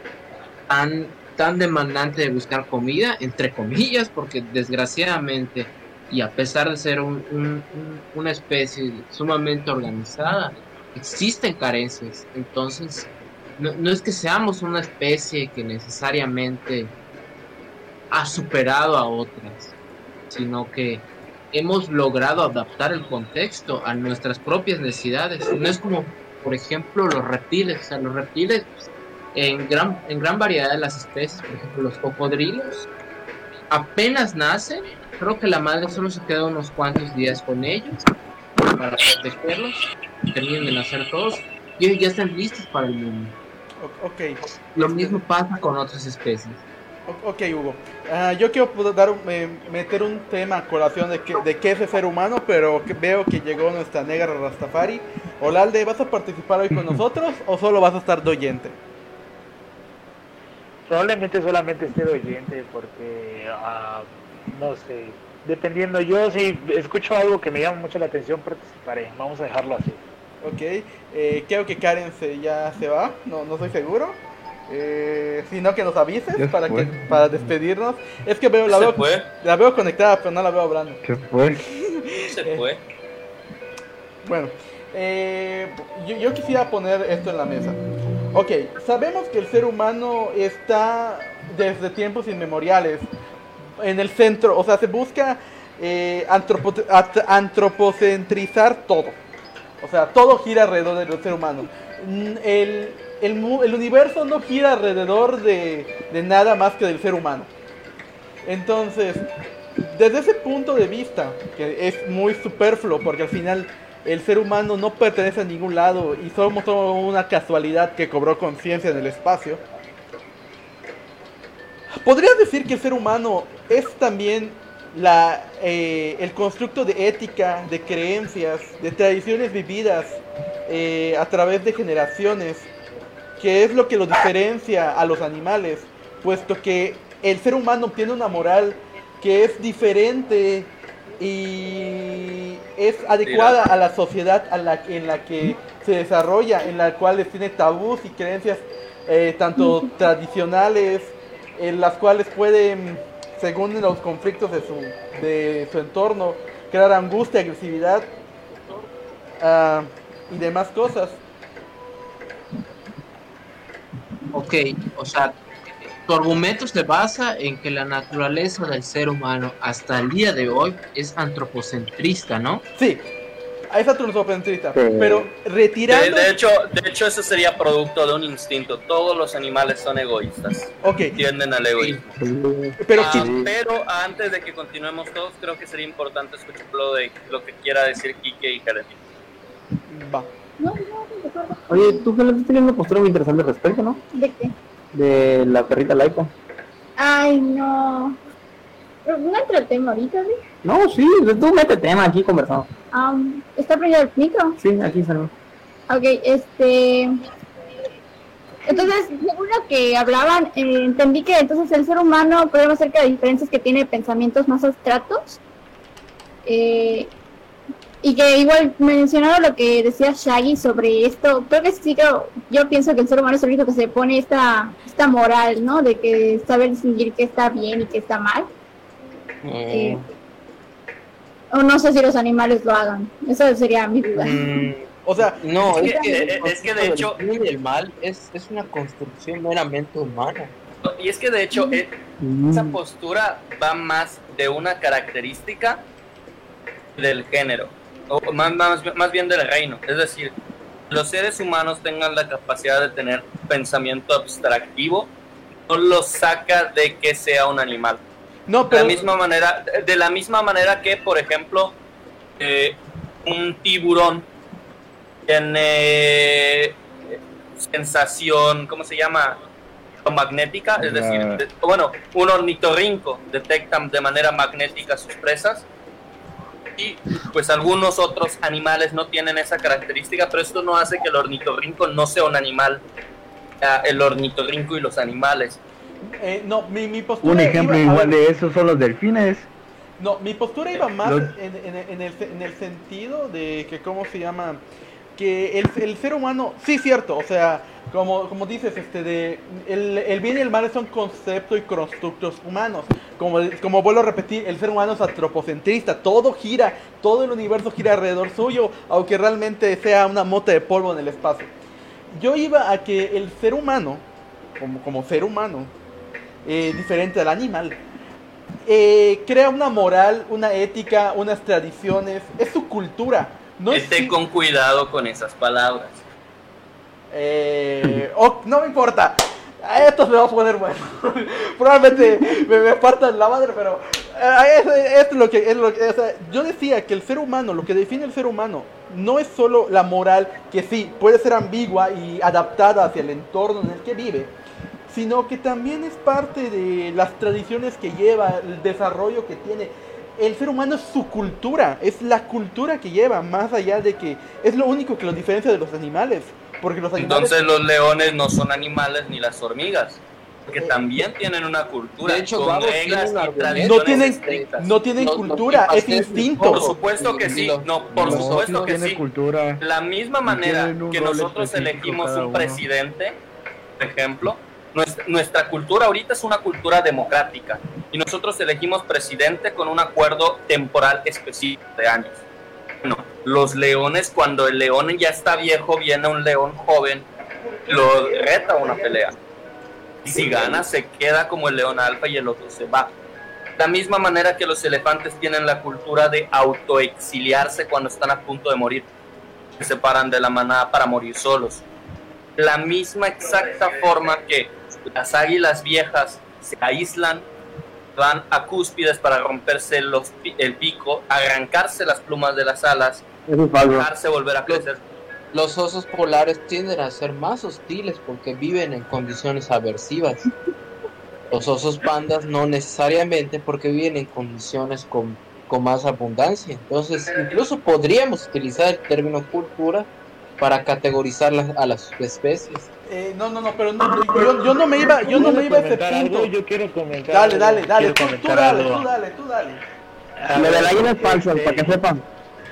tan, tan demandante de buscar comida, entre comillas, porque desgraciadamente, y a pesar de ser un, un, un, una especie sumamente organizada, existen carencias. Entonces, no, no es que seamos una especie que necesariamente ha superado a otras, sino que hemos logrado adaptar el contexto a nuestras propias necesidades. No es como, por ejemplo, los reptiles. O sea, los reptiles, en gran, en gran variedad de las especies, por ejemplo, los cocodrilos, apenas nacen, creo que la madre solo se queda unos cuantos días con ellos para protegerlos, terminen de nacer todos, y ellos ya están listos para el mundo. O- Ok, Lo mismo pasa con otras especies. o- ok, Hugo. Ah, yo quiero poder dar, un- eh, meter un tema a colación de, que, de qué es el ser humano, pero que veo que llegó nuestra negra Rastafari. Olalde, ¿vas a participar hoy con nosotros o solo vas a estar de oyente? Probablemente solamente esté de oyente porque, ah, no sé, dependiendo, yo si escucho algo que me llama mucho la atención participaré, vamos a dejarlo así. Ok, eh, creo que Karen se, ya se va, no, no estoy seguro. Eh, si no, que nos avises Ya para, fue. que, para despedirnos. Es que veo, la, Se veo, fue. la veo conectada, pero no la veo hablando. Se fue. Se fue. Bueno, eh, yo, yo quisiera poner esto en la mesa. Ok, sabemos que el ser humano está desde tiempos inmemoriales en el centro, o sea, se busca eh, antropo- at- antropocentrizar todo. O sea, todo gira alrededor del ser humano. Mm, El, el, mu- el universo no gira alrededor de, de nada más que del ser humano. Entonces, desde ese punto de vista, que es muy superfluo, porque al final el ser humano no pertenece a ningún lado y somos solo una casualidad que cobró conciencia en el espacio, ¿podrías decir que el ser humano es también la, eh, el constructo de ética, de creencias, de tradiciones vividas eh, a través de generaciones, que es lo que lo diferencia a los animales, puesto que el ser humano tiene una moral que es diferente y es adecuada a la sociedad a la, en la que se desarrolla, en la cual tiene tabús y creencias eh, tanto tradicionales, en las cuales pueden, según los conflictos de su, de su entorno, crear angustia, agresividad ah, y demás cosas. Ok, o sea, tu argumento se basa en que la naturaleza del ser humano hasta el día de hoy es antropocentrista, ¿no? Sí, es antropocentrista, Sí. pero De, retirando... de hecho, de hecho, eso sería producto de un instinto. Todos los animales son egoístas. Ok, Tienden al egoísmo. pero Ah, sí, pero antes de que continuemos todos, creo que sería importante escuchar lo, de, lo que quiera decir Kike y Jeremy. va. No, no, de acuerdo. Oye, tú Felipe, tienes una postura muy interesante al respecto, ¿no? ¿De qué? De la perrita laica. Ay, no. Pero no entra el tema ahorita, ¿sí? No, sí, tú mete tema aquí conversando. Um, ¿Está prendido el micro? Sí, aquí salimos. Ok, este... Entonces, según lo que hablaban, eh, entendí que entonces el ser humano, podemos ser que la diferencia es que tiene pensamientos más abstractos. Eh, y que igual mencionaron lo que decía Shaggy sobre esto. Creo que sí, creo, yo pienso que el ser humano es el único que se pone esta, esta moral, ¿no? De que saber distinguir qué está bien y qué está mal. Eh, o no sé si los animales lo hagan. Eso sería mi duda. Mm, O sea, no, Es es que- que, es- es que de hecho- el bien y el mal es, es una construcción meramente humana. Y es que de hecho, eh, esa postura va más de una característica del género, o más, más, más bien del reino. Es decir, los seres humanos tengan la capacidad de tener pensamiento abstractivo, no los saca de que sea un animal. no, De la pero... misma manera, de la misma manera que, por ejemplo, eh, un tiburón tiene sensación, ¿cómo se llama? Magnética, es La- decir, de- bueno, un ornitorrinco detecta de manera magnética sus presas y pues algunos otros animales no tienen esa característica, pero esto no hace que el ornitorrinco no sea un animal. Ah, el ornitorrinco y los animales. Eh, no, mi, mi postura Un ejemplo iba- a igual ver, de eso son los delfines. No, mi postura iba más Los- en, en- en el, en el sentido de que, ¿cómo se llama? Que el, el ser humano, sí, cierto, o sea, como, como dices, este, de, el, el bien y el mal son conceptos y constructos humanos. Como, como vuelvo a repetir, el ser humano es antropocentrista, todo gira, todo el universo gira alrededor suyo, aunque realmente sea una mota de polvo en el espacio. Yo iba a que el ser humano, como, como ser humano, eh, diferente al animal, eh, crea una moral, una ética, unas tradiciones, es su cultura. No Esté es... con cuidado con esas palabras. Eh, oh, no me importa. Esto se va a poner bueno. Probablemente me, me partan la madre, pero eh, esto, esto es lo que es lo que, o sea, yo decía que el ser humano, lo que define el ser humano, no es solo la moral, que sí, puede ser ambigua y adaptada hacia el entorno en el que vive, sino que también es parte de las tradiciones que lleva, el desarrollo que tiene. El ser humano es su cultura, es la cultura que lleva, más allá de que es lo único que lo diferencia de los animales. Porque los animales... Entonces los leones no son animales ni las hormigas, porque eh, también tienen una cultura, de hecho, con Gabo, reglas tiene y un tradiciones no tienen, estrictas. no tienen Los- cultura, los es instinto. Por supuesto que sí, no, por No, supuesto no que tiene sí. cultura. La misma Y manera tienen un que rol nosotros específico elegimos cada un uno. presidente, por ejemplo, nuestra, nuestra cultura ahorita es una cultura democrática y nosotros elegimos presidente con un acuerdo temporal específico de años. Bueno, los leones, cuando el león ya está viejo, viene un león joven, lo reta a una pelea. Y si gana, se queda como el león alfa y el otro se va. De la misma manera que los elefantes tienen la cultura de autoexiliarse cuando están a punto de morir. Se separan de la manada para morir solos. La misma exacta forma que las águilas viejas se aíslan, van a cúspides para romperse los, el pico, arrancarse las plumas de las alas, dejarse volver a crecer. Los osos polares tienden a ser más hostiles porque viven en condiciones aversivas. Los osos pandas no necesariamente porque viven en condiciones con, con más abundancia. Entonces, incluso podríamos utilizar el término cultura para categorizar las, a las especies. Eh, no, no, no, pero no, yo, yo no me iba, yo no me iba a ese comentar punto. algo, yo quiero comentar Dale, algo, dale, dale, quiero tú, tú comentar dale, algo. tú dale, tú dale. A Lo de ver, la gallina es falso, este, para que sepan.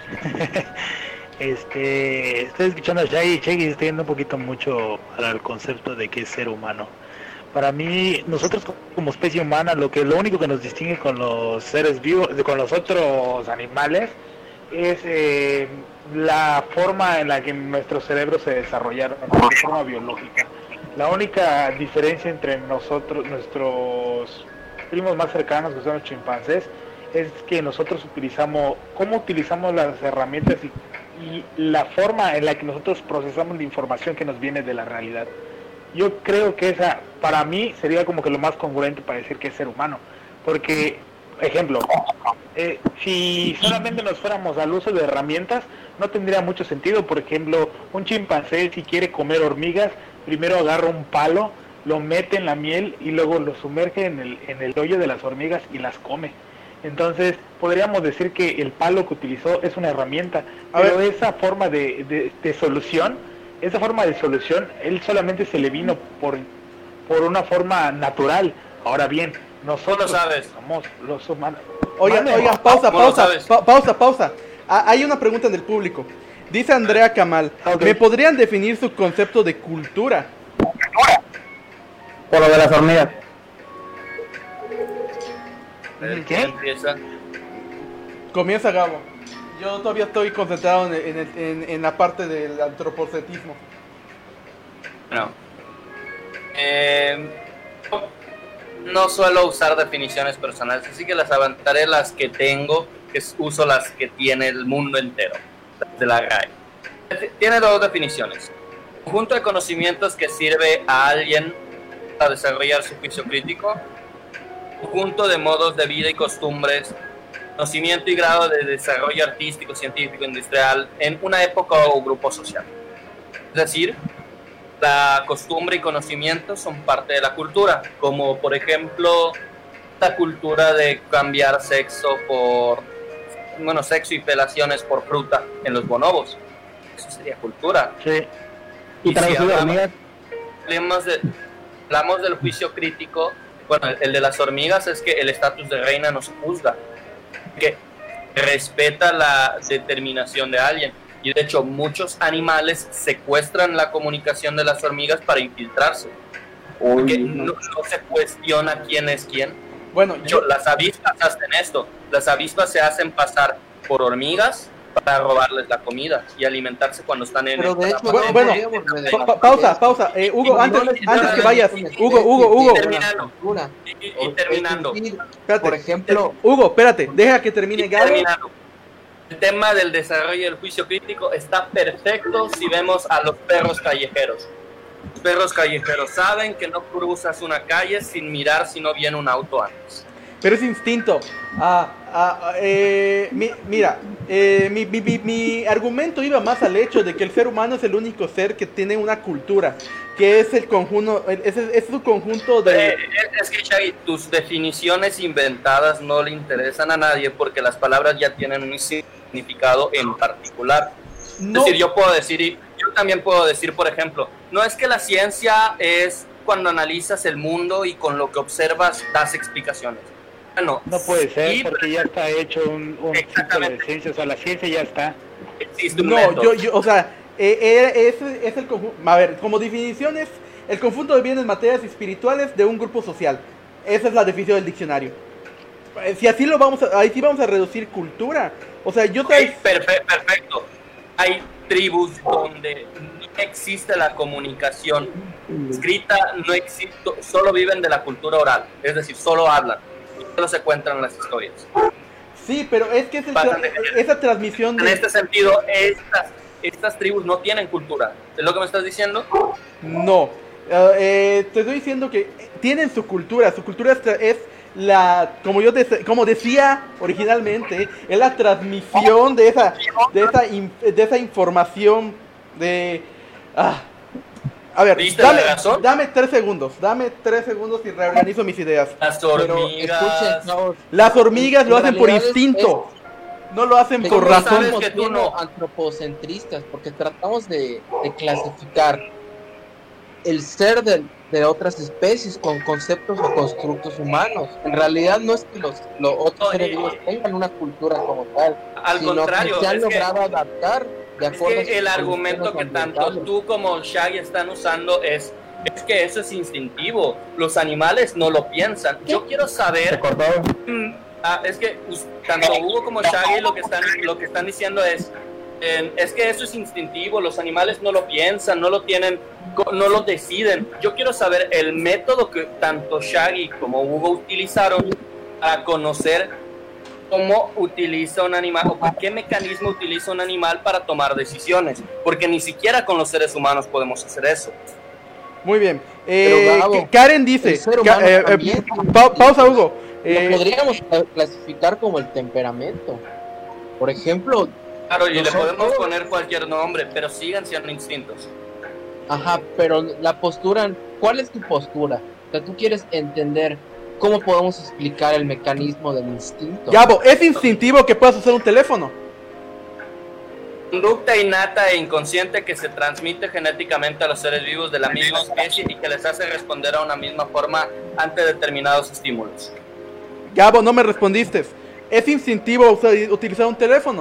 Este, estoy escuchando a Shaggy y Shaggy está yendo un poquito mucho al concepto de qué es ser humano. Para mí, nosotros como especie humana, lo que lo único que nos distingue con los seres vivos, con los otros animales, es eh, la forma en la que nuestros cerebros se desarrollaron, de forma biológica. La única diferencia entre nosotros, nuestros primos más cercanos, que son los chimpancés, es que nosotros utilizamos, cómo utilizamos las herramientas y, y la forma en la que nosotros procesamos la información que nos viene de la realidad. Yo creo que esa, para mí, sería como que lo más congruente para decir que es ser humano. Porque, ejemplo, eh, si solamente nos fuéramos al uso de herramientas, no tendría mucho sentido. Por ejemplo, un chimpancé, si quiere comer hormigas, primero agarra un palo, lo mete en la miel y luego lo sumerge en el, en el hoyo de las hormigas y las come. Entonces, podríamos decir que el palo que utilizó es una herramienta, A pero ver. esa forma de, de, de solución, esa forma de solución, él solamente se le vino por, por una forma natural. Ahora bien, nosotros sabes? somos los humanos. Oigan, Mande. oigan, pausa, ¿Cómo lo pausa, sabes? pa- pausa, pausa. Ah, hay una pregunta del público. Dice Andrea Kamal, Ok. ¿me podrían definir su concepto de cultura? Por lo de las hormigas. El ¿Qué? que empieza. Comienza Gabo. Yo todavía estoy concentrado en, en, el- en- en la parte del antropocentrismo. No. Eh, no suelo usar definiciones personales, así que las aventaré las que tengo, que es- uso las que tiene el mundo entero, de la R A E. Tiene dos definiciones. Conjunto de conocimientos que sirve a alguien para desarrollar su juicio crítico. Conjunto de modos de vida y costumbres. Conocimiento y grado de desarrollo artístico, científico, industrial en una época o grupo social. Es decir, la costumbre y conocimiento son parte de la cultura, como por ejemplo la cultura de cambiar sexo por, bueno, sexo y felaciones por fruta en los bonobos. Eso sería cultura. Sí. Y Y traducido si de hablamos- hormigas. Hablamos, de, hablamos del juicio crítico. Bueno, el, el de las hormigas es que el estatus de reina no se juzga, que respeta la determinación de alguien. Y de hecho, muchos animales secuestran la comunicación de las hormigas para infiltrarse. Porque no, no se cuestiona quién es quién. Bueno, De hecho, yo, las avispas hacen esto. Las avispas se hacen pasar por hormigas para robarles la comida y alimentarse cuando están en Pero el de hecho, Bueno, no bueno, podríamos pa- redefinir pa- pausa, esto. pausa. Eh, Hugo, No antes, les- antes no que les- vayas, no les- Hugo, Hugo, Hugo, de la Terminando. cultura. Y, y- O- y terminando. es decir, espérate. por ejemplo, Hugo, espérate, deja que termine Y Gabo. terminando. El tema del desarrollo del juicio crítico está perfecto si vemos a los perros callejeros. Los perros callejeros saben que no cruzas una calle sin mirar si no viene un auto antes. Pero es instinto. Ah, ah, ah, eh, mi- mira, eh, mi, mi- mi- mi argumento iba más al hecho de que el ser humano es el único ser que tiene una cultura, que es el conjunto, es, es, es un conjunto de... Eh, es que, Shaggy, tus definiciones inventadas no le interesan a nadie porque las palabras ya tienen un significado en particular. No, Es decir, yo puedo decir, y yo también puedo decir, por ejemplo, no es que la ciencia es cuando analizas el mundo y con lo que observas das explicaciones. No, No puede ser, sí, porque ya está hecho un, un ciclo de Exactamente. ciencia, o sea, la ciencia ya está. existe un no, método. yo, yo, o sea, eh, eh, ese es el conjunto, a ver, como definición es el conjunto de bienes materiales y espirituales de un grupo social. Esa es la definición del diccionario. Eh, Si así lo vamos a, ahí sí vamos a reducir cultura. O sea, yo Ok, tal perfe- perfecto. Hay tribus donde no existe la comunicación escrita, no existe, solo viven de la cultura oral, es decir, solo hablan, solo se cuentan las historias. sí, pero es que es el tra- Bastante genial. esa transmisión En de... este sentido, estas, estas tribus no tienen cultura. ¿Es lo que me estás diciendo? No, eh, eh, te estoy diciendo que tienen su cultura, su cultura es, tra- es la, como yo te- como decía originalmente, es la transmisión de esa, de esa, in- de esa información de, ah, a ver, ¿Viste dame, la razón? dame tres segundos, dame tres segundos y reorganizo mis ideas. Las pero hormigas. escuchen, chavos, Las hormigas en lo hacen por realidad es- instinto, no lo hacen es- por ¿Cómo razón. sabes que tú siendo no? antropocentristas, porque tratamos de, de clasificar el ser de, de otras especies con conceptos o constructos humanos. En realidad no es que los, los otros No, seres y- vivos tengan una cultura como tal, Al sino contrario, que se han es que, logrado adaptar de es acuerdo a que sus el argumento que condiciones tanto ambientales. tú como Shaggy están usando es, es que eso es instintivo. Los animales no lo piensan. Yo quiero saber... Mm, ah, es que us- tanto Hugo como Shaggy lo que están, lo que están diciendo es, eh, es que eso es instintivo, los animales no lo piensan, no lo tienen, co- no lo deciden. Yo quiero saber el método que tanto Shaggy como Hugo utilizaron a conocer cómo utiliza un animal o con qué mecanismo utiliza un animal para tomar decisiones, porque ni siquiera con los seres humanos podemos hacer eso. Muy bien. Pero, Eh, Gabo, Karen dice, el ser Ka- humano eh, eh, también. pa- pausa Hugo. Eh, Lo podríamos cla- clasificar como el temperamento. Por ejemplo, Claro, y le Nosotros- podemos poner cualquier nombre, pero siguen siendo instintos. ajá, pero la postura, ¿cuál es tu postura? O sea, tú quieres entender cómo podemos explicar el mecanismo del instinto. Gabo, es instintivo que puedas usar un teléfono. Conducta innata e inconsciente que se transmite genéticamente a los seres vivos de la misma especie y que les hace responder a una misma forma ante determinados estímulos. Gabo, no me respondiste. ¿Es instintivo usar- utilizar un teléfono?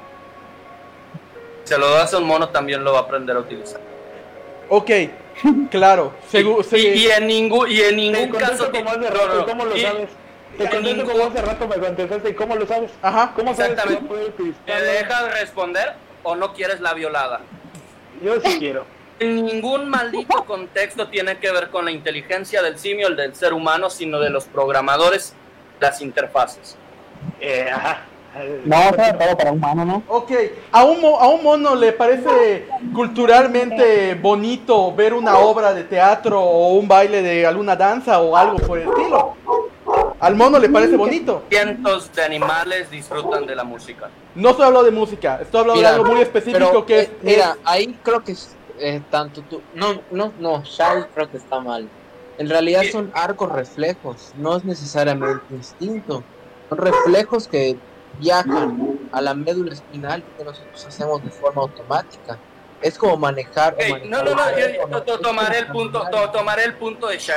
Si se lo das a un mono, también lo va a aprender a utilizar. Ok, claro. Segu- y, se- y en ningún, y en Te ningún contesto caso... como hace no, rato, no, ¿cómo lo y- sabes? Te en contesto ningún- como hace rato me contestaste, ¿y cómo lo sabes? Ajá. ¿Cómo sabes que Exactamente. no puede ¿Te utilizarlo? dejas responder o no quieres la violada? Yo sí quiero. En ningún maldito contexto tiene que ver con la inteligencia del simio, el del ser humano, sino de los programadores, las interfaces. Eh, ajá. No, sobre todo para humano, ¿no? Ok, ¿A un, mo- ¿a un mono le parece culturalmente bonito ver una obra de teatro o un baile de alguna danza o algo por el estilo? ¿Al mono le parece bonito? Cientos de animales disfrutan de la música. No estoy hablando de música, estoy hablando Mira, de algo muy específico Pero, que eh, es... mira, ahí creo que es, eh, tanto tú, no, no, no, Shai creo que está mal. En realidad Sí. son arcos reflejos, no es necesariamente instinto. Son reflejos que viajan a la médula espinal que nosotros hacemos de forma automática. Es como manejar. o Ok, manejar no, no, no, un yo, teléfono. yo to- tomaré el punto, to- tomaré el punto de Shaggy.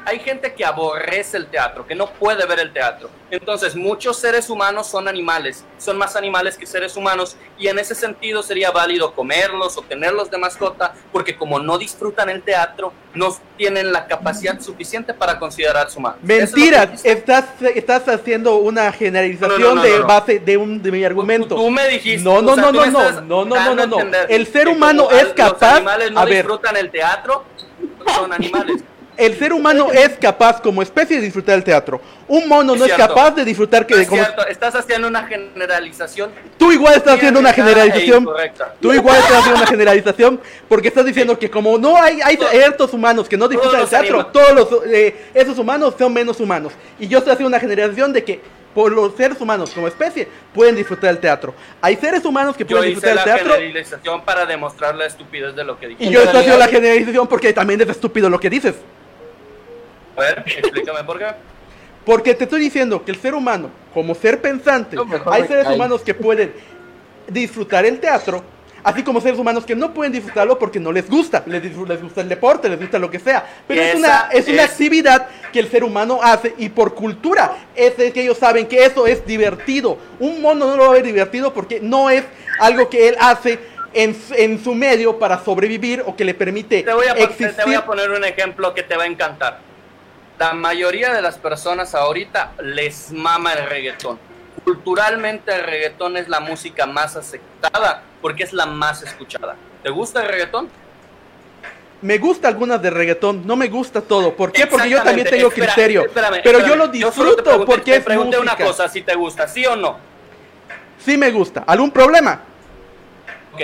hay gente que aborrece el teatro, que no puede ver el teatro. Entonces, muchos seres humanos son animales, son más animales que seres humanos, y en ese sentido sería válido comerlos o tenerlos de mascota, porque como no disfrutan el teatro, no tienen la capacidad suficiente para considerarse humanos. Mentira, es estás, estás haciendo una generalización no, no, no, no, de no. base de, un, de mi argumento. Tú, tú me dijiste, no, no, o sea, no, no, no, no, no, no, no, no. El ser humano es capaz. Los animales no a disfrutan ver. el teatro, son animales. El ser humano es capaz como especie de disfrutar el teatro. Un mono es no cierto. es capaz de disfrutar que no es como... cierto. Estás haciendo una generalización. Tú igual estás haciendo una generalización. Tú igual estás haciendo una generalización porque estás diciendo que como no hay hay ciertos humanos que no disfrutan el teatro, anima. todos los eh, esos humanos son menos humanos. Y yo estoy haciendo una generalización de que por los seres humanos como especie pueden disfrutar el teatro. Hay seres humanos que pueden yo disfrutar el teatro. Yo hice la generalización para demostrar la estupidez de lo que dije. Y yo estoy haciendo la generalización porque también es estúpido lo que dices. A ver, explícame por qué. Porque te estoy diciendo que el ser humano, como ser pensante, no, hay seres humanos que pueden disfrutar el teatro, así como seres humanos que no pueden disfrutarlo porque no les gusta, les, les gusta el deporte, les gusta lo que sea. Pero es una, es una es... actividad que el ser humano hace y por cultura es que ellos saben que eso es divertido. Un mono no lo va a ver divertido porque no es algo que él hace en, en su medio para sobrevivir o que le permite te voy a, existir. Te voy a poner un ejemplo que te va a encantar. La mayoría de las personas ahorita les mama el reggaetón. Culturalmente el reggaetón es la música más aceptada porque es la más escuchada. ¿Te gusta el reggaetón? Me gusta algunas de reggaetón, no me gusta todo. ¿Por qué? Porque yo también tengo Espera, criterio. Espérame, pero espérame. yo lo disfruto yo pregunté, porque te es pregunté música. una cosa, si te gusta, ¿sí o no? Sí me gusta. ¿Algún problema? Ok.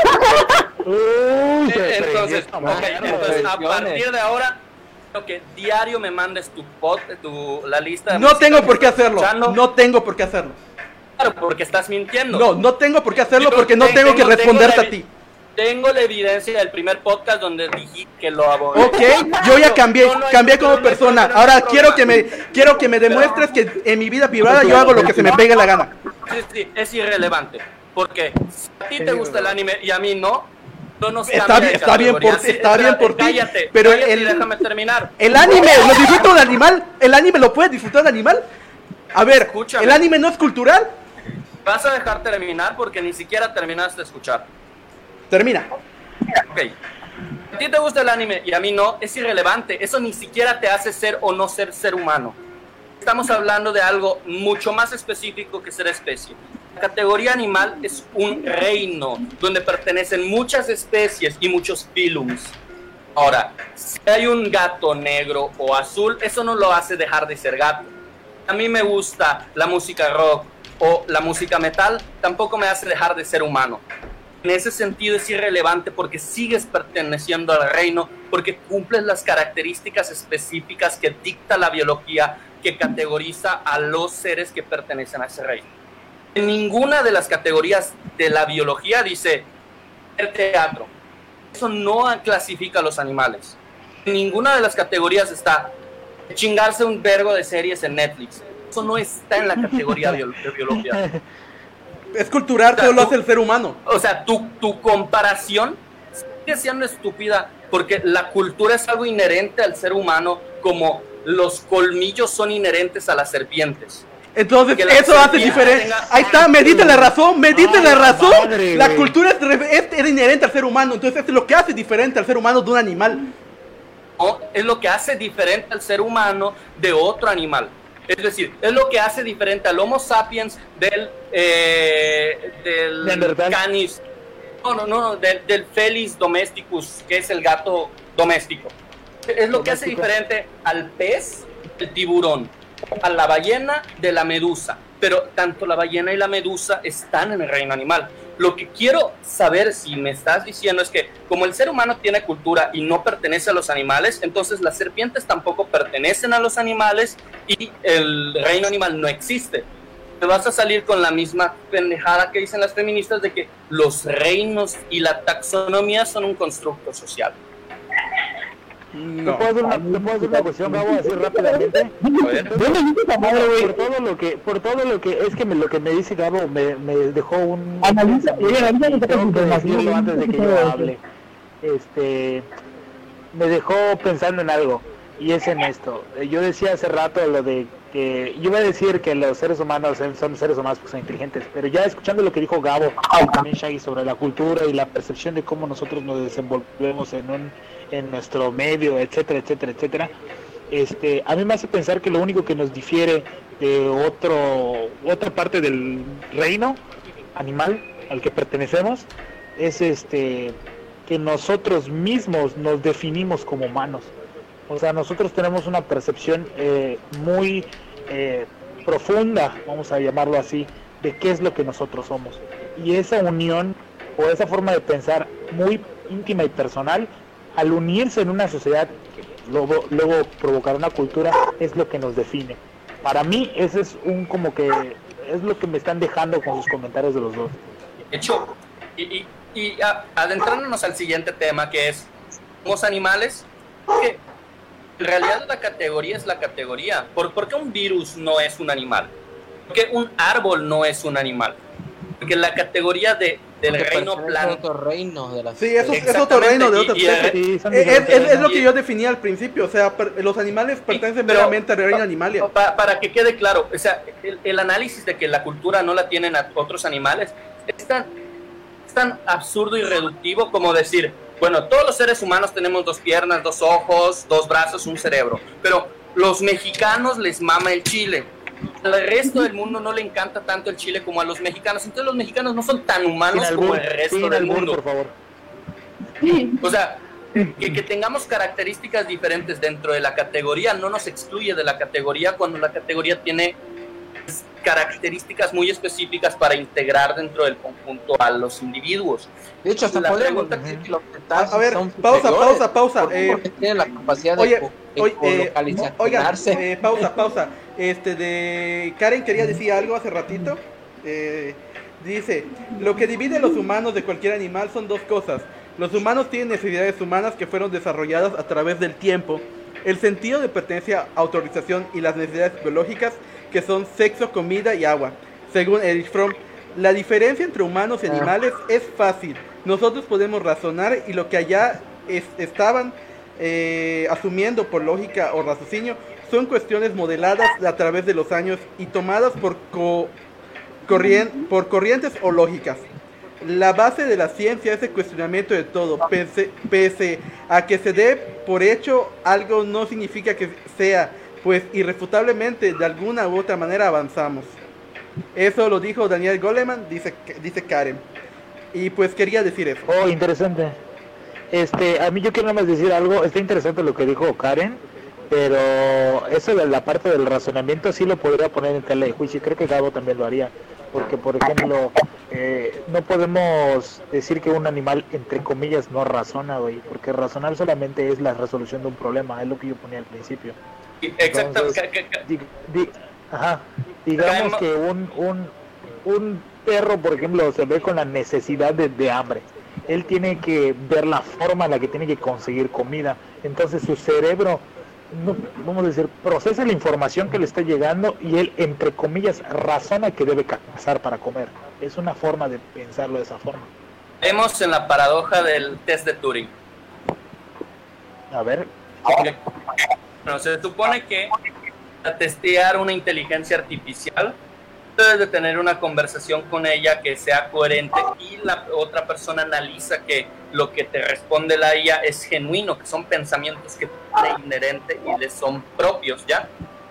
Uy, entonces, okay, entonces a partir de ahora que diario me mandes tu pot, tu la lista de no tengo por qué hacerlo. Escuchando. No tengo por qué hacerlo. Claro, porque estás mintiendo. No, no tengo por qué hacerlo yo porque no tengo, tengo que responderte tengo a ti. Tengo la evidencia del primer podcast donde dije que lo aborré. Ok, yo ya cambié, no, no cambié como persona. Ahora quiero que me quiero que me demuestres que en mi vida privada yo hago lo que se me pegue la gana. Sí, sí, es irrelevante. Porque si a ti te gusta el anime y a mí no, no nos está bien, está bien por, sí, está bien por ti, cállate, pero cállate el, y déjame terminar. El anime, ¿lo disfruta un animal? ¿El anime lo puede disfrutar un animal? A ver, Escúchame. ¿El anime no es cultural? Vas a dejar terminar porque ni siquiera terminaste de escuchar. Termina. Ok. A ti te gusta el anime y a mí no, es irrelevante. Eso ni siquiera te hace ser o no ser ser humano. Estamos hablando de algo mucho más específico que ser especie. La categoría animal es un reino donde pertenecen muchas especies y muchos phylums. Ahora, si hay un gato negro o azul, eso no lo hace dejar de ser gato. A mí me gusta la música rock o la música metal, tampoco me hace dejar de ser humano. En ese sentido es irrelevante porque sigues perteneciendo al reino, porque cumples las características específicas que dicta la biología, que categoriza a los seres que pertenecen a ese reino. En ninguna de las categorías de la biología dice el teatro. Eso no clasifica a los animales. En ninguna de las categorías está chingarse un vergo de series en Netflix. Eso no está en la categoría de biología. Es cultural, o sea, todo lo hace el ser humano. O sea, tu, tu comparación sigue siendo estúpida porque la cultura es algo inherente al ser humano como los colmillos son inherentes a las serpientes. Entonces eso hace diferente. Tenga... Ahí está, me diste la razón, me diste la razón. Madre, la cultura es, es, es inherente al ser humano, entonces es lo que hace diferente al ser humano de un animal. No, es lo que hace diferente al ser humano de otro animal. Es decir, es lo que hace diferente al Homo sapiens del eh, del canis, no, no, no, del, del Felis domesticus, que es el gato doméstico. Es lo que hace diferente al pez, el tiburón, a la ballena de la medusa. Pero tanto la ballena y la medusa están en el reino animal. Lo que quiero saber, si me estás diciendo, es que como el ser humano tiene cultura y no pertenece a los animales, entonces las serpientes tampoco pertenecen a los animales y el reino animal no existe. Te vas a salir con la misma pendejada que dicen las feministas de que los reinos y la taxonomía son un constructo social. No. ¿Te puedo hacer una, ¿te puedo hacer una cuestión, Gabo, así rápidamente? Por todo lo que, por todo lo que, es que me, lo que me dice Gabo me, me dejó un... Analiza, tengo que decirlo antes de que yo hable. Este, me dejó pensando en algo. y es en esto. Yo decía hace rato lo de que yo iba a decir que los seres humanos son seres humanos porque son inteligentes, pero ya escuchando lo que dijo Gabo y también Shaggy sobre la cultura y la percepción de cómo nosotros nos desenvolvemos en un en nuestro medio, etcétera, etcétera, etcétera, este, a mí me hace pensar que lo único que nos difiere de otro otra parte del reino animal al que pertenecemos es este que nosotros mismos nos definimos como humanos. O sea, nosotros tenemos una percepción eh, muy eh, profunda, vamos a llamarlo así, de qué es lo que nosotros somos. Y esa unión o esa forma de pensar muy íntima y personal, al unirse en una sociedad, luego, luego provocar una cultura, es lo que nos define. Para mí, ese es un como que es lo que me están dejando con sus comentarios de los dos. De hecho, y, y, y a, adentrándonos al siguiente tema, que es, ¿somos animales? Que en realidad la categoría es la categoría. ¿Por, ¿Por qué un virus no es un animal? ¿Por qué un árbol no es un animal? Porque la categoría de, del Porque reino pertenece a planta... otro reino de la Sí, eso es otro reino de otra y- y- especie. Sí, son Es, es- diferentes. es lo que yo definía al principio, o sea, per- los animales pertenecen pero- meramente al reino animalia. Pa- para que quede claro, o sea, el, el análisis de que la cultura no la tienen a otros animales es tan, es tan absurdo y reductivo como decir, bueno, todos los seres humanos tenemos dos piernas, dos ojos, dos brazos, un cerebro, pero los mexicanos les mama el chile. Al resto del mundo no le encanta tanto el chile como a los mexicanos, entonces los mexicanos no son tan humanos Sin como albur, el resto sin del albur, mundo. por favor. O sea, que, que tengamos características diferentes dentro de la categoría no nos excluye de la categoría cuando la categoría tiene características muy específicas para integrar dentro del conjunto a los individuos. De hecho, hasta La podemos pregunta decir que- que los A, cetáceos a ver, son pausa, superiores. pausa, pausa. ¿Por qué? eh, Porque tienen la capacidad oye, de, co- de oye, eh, colocalizarse. oigan, eh, pausa, pausa. Este de Karen quería decir algo hace ratito. Eh, dice, lo que divide a los humanos de cualquier animal son dos cosas. Los humanos tienen necesidades humanas que fueron desarrolladas a través del tiempo. El sentido de pertenencia, autorización y las necesidades biológicas que son sexo, comida y agua. Según Erich Fromm, la diferencia entre humanos y animales es fácil. Nosotros podemos razonar y lo que allá es- estaban eh, asumiendo por lógica o raciocinio son cuestiones modeladas a través de los años y tomadas por, co- corrien- por corrientes o lógicas. La base de la ciencia es el cuestionamiento de todo, pese, pese a que se dé por hecho algo no significa que sea, pues irrefutablemente de alguna u otra manera avanzamos. Eso lo dijo Daniel Goleman, dice, dice Karen. Y pues quería decir eso. Oh, interesante. Este, a mí yo quiero nada más decir algo, está interesante lo que dijo Karen, pero eso de la parte del razonamiento sí lo podría poner en tela de juicio, creo que Gabo también lo haría, porque por ejemplo, eh, no podemos decir que un animal, entre comillas, no razona, güey, porque razonar solamente es la resolución de un problema, es lo que yo ponía al principio. Exacto. Entonces, ca- ca- ca- Di- di- ajá, digamos Caemos- que un, un, un perro, por ejemplo, se ve con la necesidad de, de hambre. Él tiene que ver la forma en la que tiene que conseguir comida. Entonces su cerebro, no, vamos a decir, procesa la información que le está llegando y él, entre comillas, razona que debe cazar para comer. Es una forma de pensarlo de esa forma. Vemos en la paradoja del test de Turing. A ver, Bueno, se supone que para testear una inteligencia artificial debes de tener una conversación con ella que sea coherente y la otra persona analiza que lo que te responde la I A es genuino, que son pensamientos que tiene inherente y le son propios, ¿ya?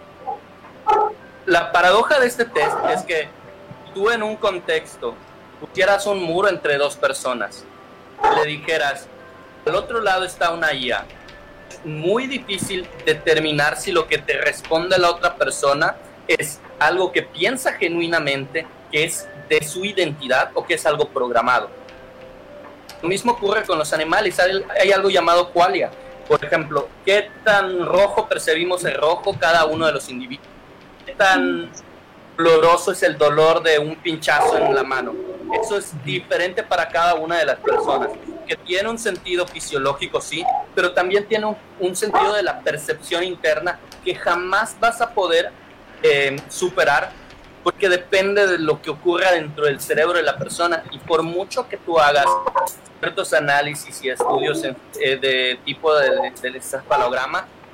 La paradoja de este test es que tú en un contexto pusieras un muro entre dos personas, le dijeras, al otro lado está una I A, es muy difícil determinar si lo que te responde la otra persona es algo que piensa genuinamente, que es de su identidad o que es algo programado. Lo mismo ocurre con los animales, hay, hay algo llamado qualia. Por ejemplo, ¿qué tan rojo percibimos el rojo cada uno de los individuos? ¿Qué tan doloroso es el dolor de un pinchazo en la mano? Eso es diferente para cada una de las personas, que tiene un sentido fisiológico, sí, pero también tiene un, un sentido de la percepción interna que jamás vas a poder eh, superar, porque depende de lo que ocurra dentro del cerebro de la persona, y por mucho que tú hagas ciertos análisis y estudios en, eh, de tipo de, de, de encefalograma,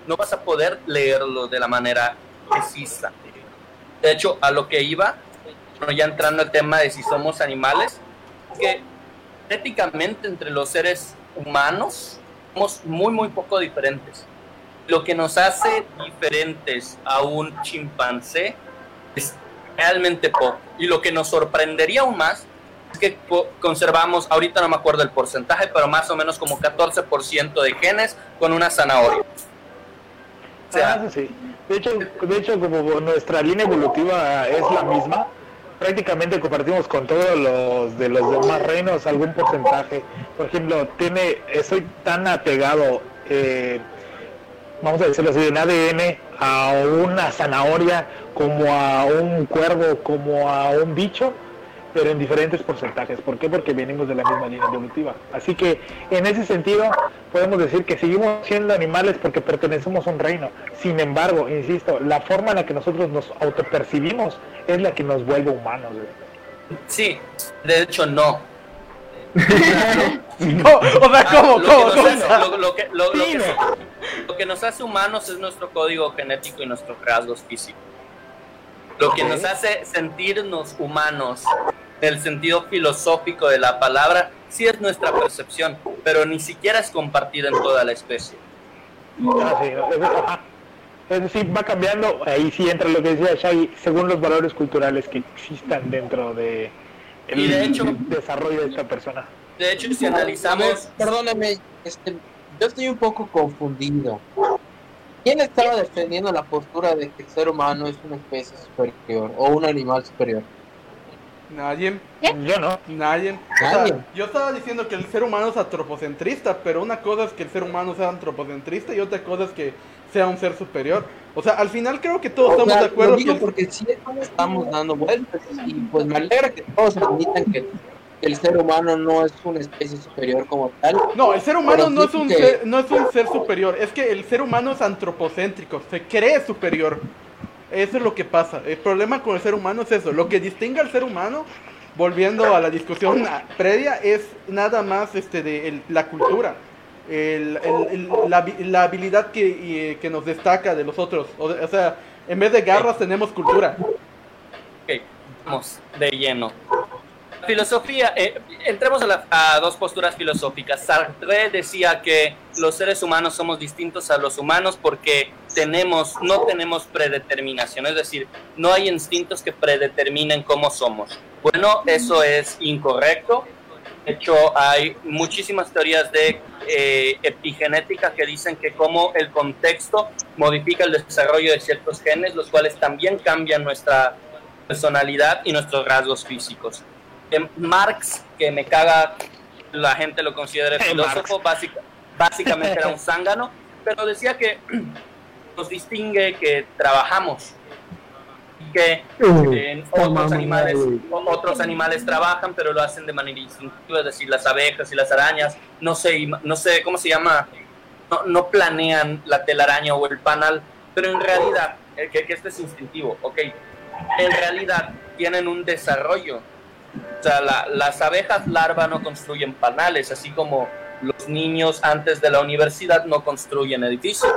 no vas a poder leerlo de la manera precisa. De hecho, a lo que iba, bueno, ya entrando al tema de si somos animales, que éticamente entre los seres humanos somos muy, muy poco diferentes. Lo que nos hace diferentes a un chimpancé es realmente poco. Y lo que nos sorprendería aún más es que conservamos, ahorita no me acuerdo el porcentaje, pero más o menos como catorce por ciento de genes con una zanahoria. O sea, ah, sí. De hecho, de hecho, como nuestra línea evolutiva es la misma, prácticamente compartimos con todos los de los demás reinos algún porcentaje. Por ejemplo, tiene, estoy tan apegado, eh, vamos a decirlo así, en A D N a una zanahoria como a un cuervo, como a un bicho, pero en diferentes porcentajes. ¿Por qué? Porque venimos de la misma línea evolutiva. Así que en ese sentido podemos decir que seguimos siendo animales porque pertenecemos a un reino. Sin embargo, insisto, la forma en la que nosotros nos autopercibimos es la que nos vuelve humanos. ¿Ve? Sí, de hecho no. No, o sea, ¿cómo? Lo, ¿Cómo? Que nos hace, lo, lo, que, lo, lo, que, lo que nos hace humanos es nuestro código genético y nuestros rasgos físicos. Lo que nos hace sentirnos humanos, en el sentido filosófico de la palabra, sí es nuestra percepción, pero ni siquiera es compartida en toda la especie. Ah, sí, ajá. Es decir, va cambiando, ahí sí entra lo que decía Shaggy, según los valores culturales que existan dentro de el y de hecho, desarrollo de esta persona. De hecho, si analizamos... Perdóname, este, yo estoy un poco confundido. ¿Quién estaba defendiendo la postura de que el ser humano es una especie superior o un animal superior? Nadie. ¿Qué? Yo no. Nadie. O Nadie. sea, yo estaba diciendo que el ser humano es antropocentrista, pero una cosa es que el ser humano sea antropocentrista y otra cosa es que sea un ser superior. O sea, al final creo que todos O estamos sea, de acuerdo lo digo que el- porque sí estamos dando vueltas y pues me alegra que todos admitan que el ser humano no es una especie superior como tal. No, el ser humano Pero no sí es un que- ser, no es un ser superior, es que el ser humano es antropocéntrico, se cree superior. Eso es lo que pasa. El problema con el ser humano es eso. Lo que distingue al ser humano, volviendo a la discusión previa, es nada más este de el- la cultura. El, el- el- la, habi- la habilidad que, y, que nos destaca de los otros. O, de- o sea, en vez de garras tenemos cultura. Ok, vamos de lleno. Filosofía, eh, entremos a, la- a dos posturas filosóficas. Sartre decía que los seres humanos somos distintos a los humanos porque tenemos, no tenemos predeterminación, es decir, no hay instintos que predeterminen cómo somos. Bueno, eso es incorrecto. De hecho, hay muchísimas teorías de eh, epigenética que dicen que como el contexto modifica el desarrollo de ciertos genes, los cuales también cambian nuestra personalidad y nuestros rasgos físicos. Eh, Marx, que me caga la gente lo considere filósofo, básica, básicamente era un zángano, pero decía que nos distingue que trabajamos, que eh, otros animales o- otros animales trabajan, pero lo hacen de manera instintiva, es decir, las abejas y las arañas, no sé, ima- no sé cómo se llama, no, no planean la telaraña o el panal, pero en realidad, eh, que, que esto es instintivo, ok, en realidad tienen un desarrollo. O sea, la- las abejas larva no construyen panales, así como los niños antes de la universidad no construyen edificios.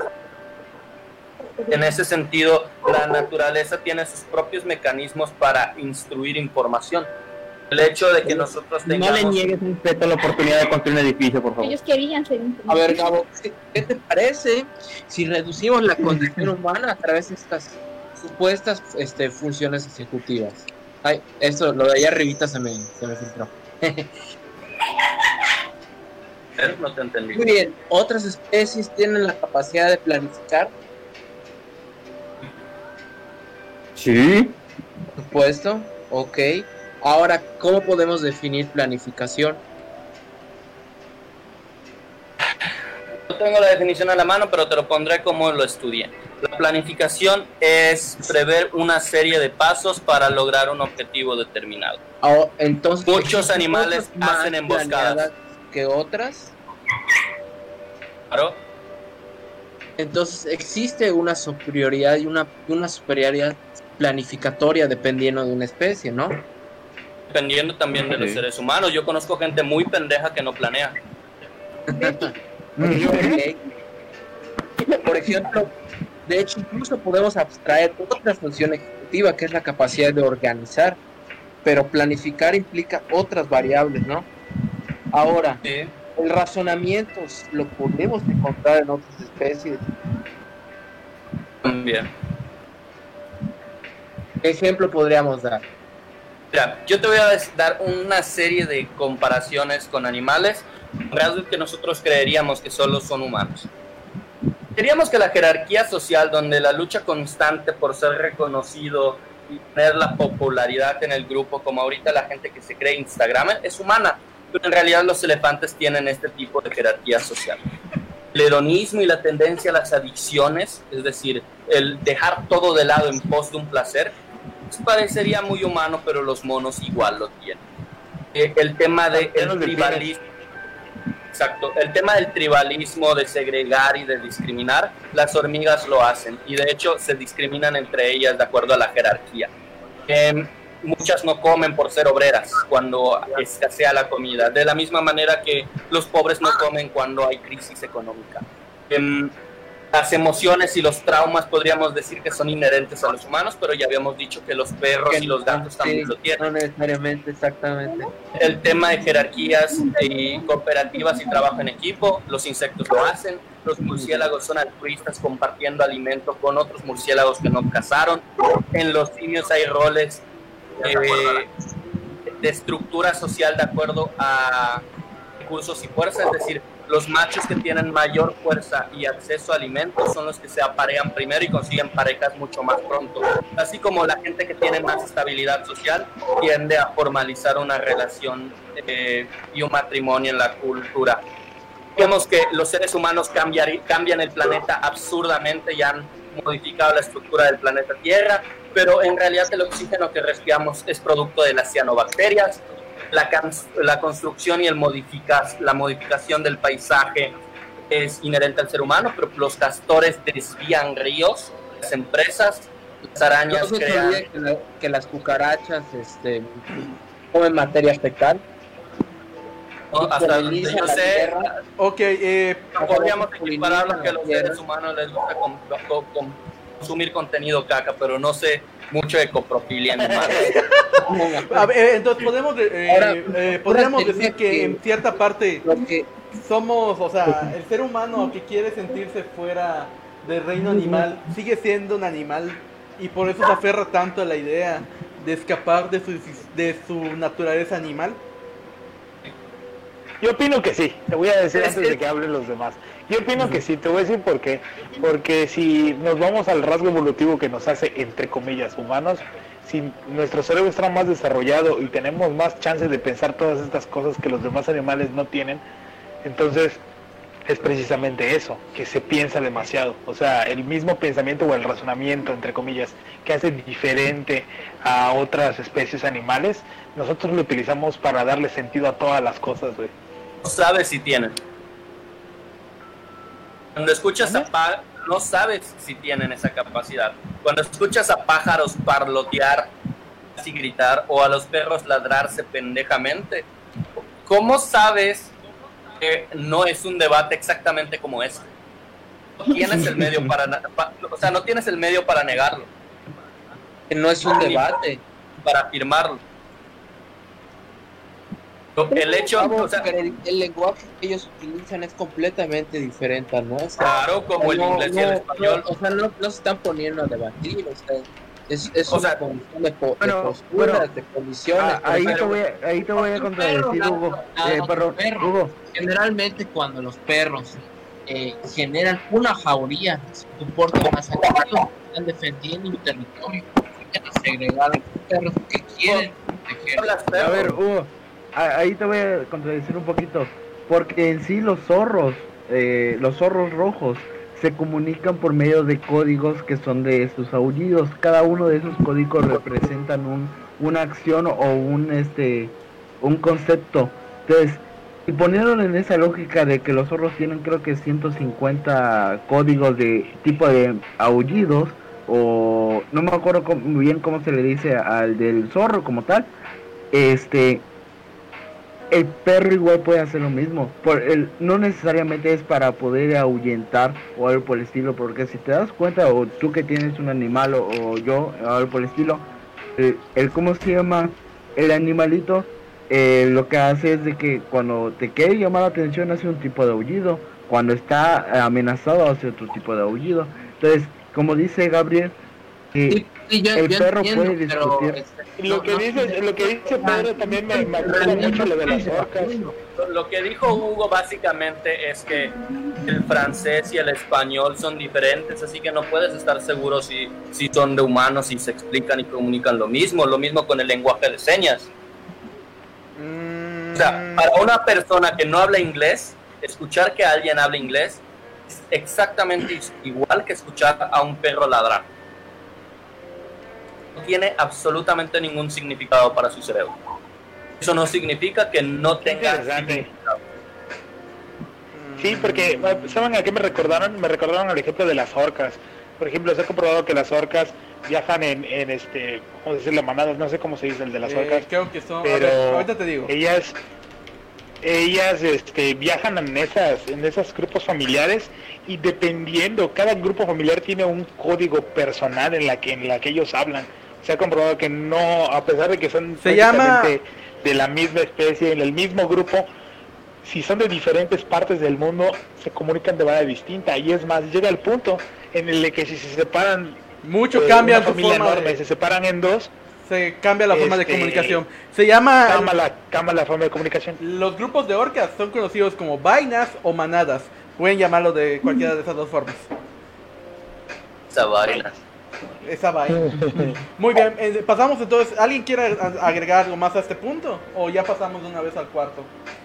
En ese sentido, la naturaleza tiene sus propios mecanismos para instruir información. El hecho de que nosotros No le tengamos... niegues un respeto a la oportunidad de construir un edificio, por favor. Ellos querían ser A ver, Gabo, ¿qué- ¿qué te parece si reducimos la condición humana a través de estas supuestas este, funciones ejecutivas? Ay, esto, lo de allá arribita se me, se me filtró. No te entendí. Muy bien, ¿otras especies tienen la capacidad de planificar? Sí. Por supuesto, ok. Ahora, ¿cómo podemos definir planificación? No tengo la definición a la mano, pero te lo pondré como lo estudié. La planificación es prever una serie de pasos para lograr un objetivo determinado. Ah, entonces, Muchos ¿existen animales cosas más hacen emboscadas. planeadas que otras? ¿Claro? Entonces existe una superioridad y una, una superioridad planificatoria dependiendo de una especie, ¿no? Dependiendo también de los Sí. seres humanos. Yo conozco gente muy pendeja que no planea. Ok. Por ejemplo, de hecho, incluso podemos abstraer otra función ejecutiva, que es la capacidad de organizar, pero planificar implica otras variables, ¿no? Ahora, Sí. el razonamiento lo podemos encontrar en otras especies. También. ¿Qué ejemplo podríamos dar? Mira, yo te voy a des- dar una serie de comparaciones con animales, rasgos que nosotros creeríamos que solo son humanos. Creeríamos que la jerarquía social, donde la lucha constante por ser reconocido y tener la popularidad en el grupo, como ahorita la gente que se cree Instagramer, es humana, pero en realidad los elefantes tienen este tipo de jerarquía social. El hedonismo y la tendencia a las adicciones, es decir, el dejar todo de lado en pos de un placer, pues parecería muy humano, pero los monos igual lo tienen. Eh, el tema del Ya los tribalismo, exacto, el tema del tribalismo, de segregar y de discriminar, las hormigas lo hacen, y de hecho se discriminan entre ellas de acuerdo a la jerarquía. Eh, muchas no comen por ser obreras cuando escasea la comida, de la misma manera que los pobres no comen cuando hay crisis económica. Eh, las emociones y los traumas podríamos decir que son inherentes a los humanos, pero ya habíamos dicho que los perros y los gatos también Sí, lo tienen. no necesariamente, exactamente. El tema de jerarquías y cooperativas y trabajo en equipo, los insectos lo hacen, los murciélagos son altruistas compartiendo alimento con otros murciélagos que no cazaron, en los simios hay roles eh, de estructura social de acuerdo a recursos y fuerza, es decir, los machos que tienen mayor fuerza y acceso a alimentos son los que se aparean primero y consiguen parejas mucho más pronto, así como la gente que tiene más estabilidad social tiende a formalizar una relación eh, y un matrimonio en la cultura. Vemos que los seres humanos cambiar, cambian el planeta absurdamente y han modificado la estructura del planeta Tierra, pero en realidad el oxígeno que respiramos es producto de las cianobacterias. La, can- la construcción y el modificas- la modificación del paisaje es inherente al ser humano, pero los castores desvían ríos, las empresas, las arañas No se crean... olvide que, la- que las cucarachas este, comen materia fecal. ¿no? Hasta donde yo sé, Ok, eh, podríamos equipararlo que a los seres humanos les gusta com- com- com- consumir contenido caca, pero no sé mucho de coprofilia animal. a ver, eh, entonces podemos, eh, Ahora, eh, podríamos ahora decir que que- en cierta parte Lo que, somos, o sea, el ser humano que quiere sentirse fuera del reino animal sigue siendo un animal y por eso se aferra tanto a la idea de escapar de su, de su naturaleza animal. Yo opino que sí, te voy a decir Es antes que- de que hablen los demás. Yo opino que sí, te voy a decir por qué. Porque si nos vamos al rasgo evolutivo que nos hace, entre comillas, humanos, si nuestro cerebro está más desarrollado y tenemos más chances de pensar todas estas cosas que los demás animales no tienen, entonces es precisamente eso, que se piensa demasiado. O sea, el mismo pensamiento o el razonamiento, entre comillas, que hace diferente a otras especies animales, nosotros lo utilizamos para darle sentido a todas las cosas, güey. No sabes si tienen. Cuando escuchas a pájaros, no sabes si tienen esa capacidad. Cuando escuchas a pájaros parlotear, así gritar, o a los perros ladrarse pendejamente, ¿cómo sabes que no es un debate exactamente como este? No tienes el medio para, na- pa- o sea, no tienes el medio para negarlo, que no es un debate. para afirmarlo. El hecho, Vamos, o sea, pero el, el lenguaje que ellos utilizan es completamente diferente al nuestro. claro, como el No, inglés y el no, español. no, o sea, no, no se están poniendo a debatir, o sea, es, es O una sea, condición de, po- bueno, de posturas, bueno, de condiciones. Ah, ahí, pero- te voy a, ahí te voy a contradecir, Perro, Hugo. nada, Eh, nada, perdón, perro. Hugo. Generalmente cuando los perros eh, generan una jauría, se comportan más activos, están defendiendo un territorio, están segregados los perros que quieren proteger. Hablas, A perro. ver, Hugo, a- ahí te voy a contradecir un poquito. Porque en sí los zorros, eh, los zorros rojos, se comunican por medio de códigos que son de sus aullidos. Cada uno de esos códigos representan un, una acción o un este un concepto. Entonces, y poniéndolo en esa lógica de que los zorros tienen creo que ciento cincuenta códigos de tipo de aullidos, o no me acuerdo cómo- muy bien cómo se le dice al del zorro como tal, este el perro igual puede hacer lo mismo. Por el, no necesariamente es para poder ahuyentar o algo por el estilo, porque si te das cuenta, o tú que tienes un animal, o, o yo, o algo por el estilo, el, el ¿cómo se llama? El animalito, eh, lo que hace es de que cuando te quiere llamar la atención hace un tipo de aullido, cuando está amenazado hace otro tipo de aullido. Entonces, como dice Gabriel, eh, Sí, sí, yo- el yo perro entiendo, puede pero, discutir. este, Lo no- que no- dice, lo que dice Pedro también me, me acuerda mucho lo de las orcas. Lo- Lo que dijo Hugo básicamente es que el francés y el español son diferentes, así que no puedes estar seguro si, si son de humanos, si se explican y comunican lo mismo. Lo mismo con el lenguaje de señas. Mm, O sea, para una persona que no habla inglés, escuchar que alguien habla inglés es exactamente igual que escuchar a un perro ladrar. No tiene absolutamente ningún significado para su cerebro. Eso no significa que no tenga Interesante. significado. Sí, porque, ¿saben a qué me recordaron? Me recordaron el ejemplo de las orcas. Por ejemplo, se ha comprobado que las orcas viajan en, en este, ¿cómo decirlo? Manadas, no sé cómo se dice el de las eh, orcas. creo que son. a Pero ver, ahorita te digo. ellas, ellas este, viajan en esas, en esos grupos familiares y dependiendo, cada grupo familiar tiene un código personal en la que, en la que ellos hablan. Se ha comprobado que no, a pesar de que son Se llama- prácticamente de la misma especie, en el mismo grupo, si son de diferentes partes del mundo, se comunican de manera distinta. Y es más, llega el punto en el que si se separan, Mucho eh, cambia una su familia forma enorme, de, se separan en dos, se cambia la forma de este, comunicación. Se llama cambia la, cambia la forma de comunicación. los grupos de orcas son conocidos como vainas o manadas. Pueden llamarlo de cualquiera de esas dos formas. Esa vaina. Esa vaina. Muy bien, eh, pasamos entonces. ¿Alguien quiere a- agregar algo más a este punto? ¿O ya pasamos de una vez al cuarto?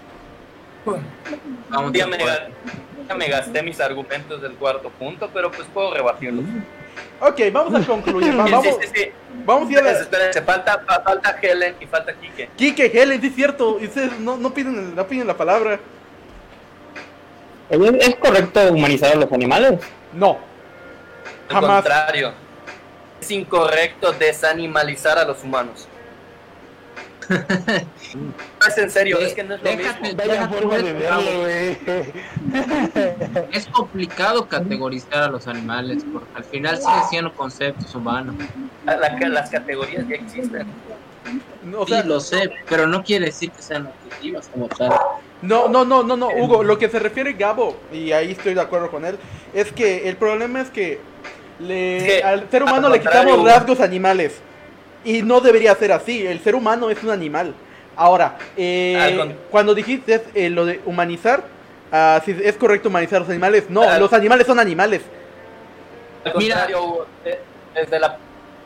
Vamos Ya de me, acuerdo. ya me gasté mis argumentos del cuarto punto, pero pues puedo rebatirlos. Ok, vamos a concluir. Va- Sí, vamos, sí, sí, sí. vamos a ir a Espérense, la... espérense, falta, fa- falta Helen y falta Kike. Kike, Helen, sí es cierto. Y ustedes no, no, piden, no piden la palabra. ¿Es, es correcto humanizar a los animales? No. Al Jamás. contrario, es incorrecto desanimalizar a los humanos. No es en serio, es que no es lo Déjate, mismo. Vaya déjate forma de ver, verlo, güey. es complicado categorizar a los animales porque al final siguen siendo conceptos humanos. La- la- las categorías ya existen. No, o sea, Sí, lo sé, pero no quiere decir que sean objetivas como tal. no, no, no, no, no, Hugo, lo que se refiere Gabo, y ahí estoy de acuerdo con él, es que el problema es que, le, Es que, al ser humano al le contrario, quitamos Hugo. rasgos animales. Y no debería ser así, el ser humano es un animal. Ahora, eh, Al con- cuando dijiste eh, lo de humanizar, ah, si es correcto humanizar a los animales, no, Al- los animales son animales. Al Mira. contrario, Hugo, eh, desde la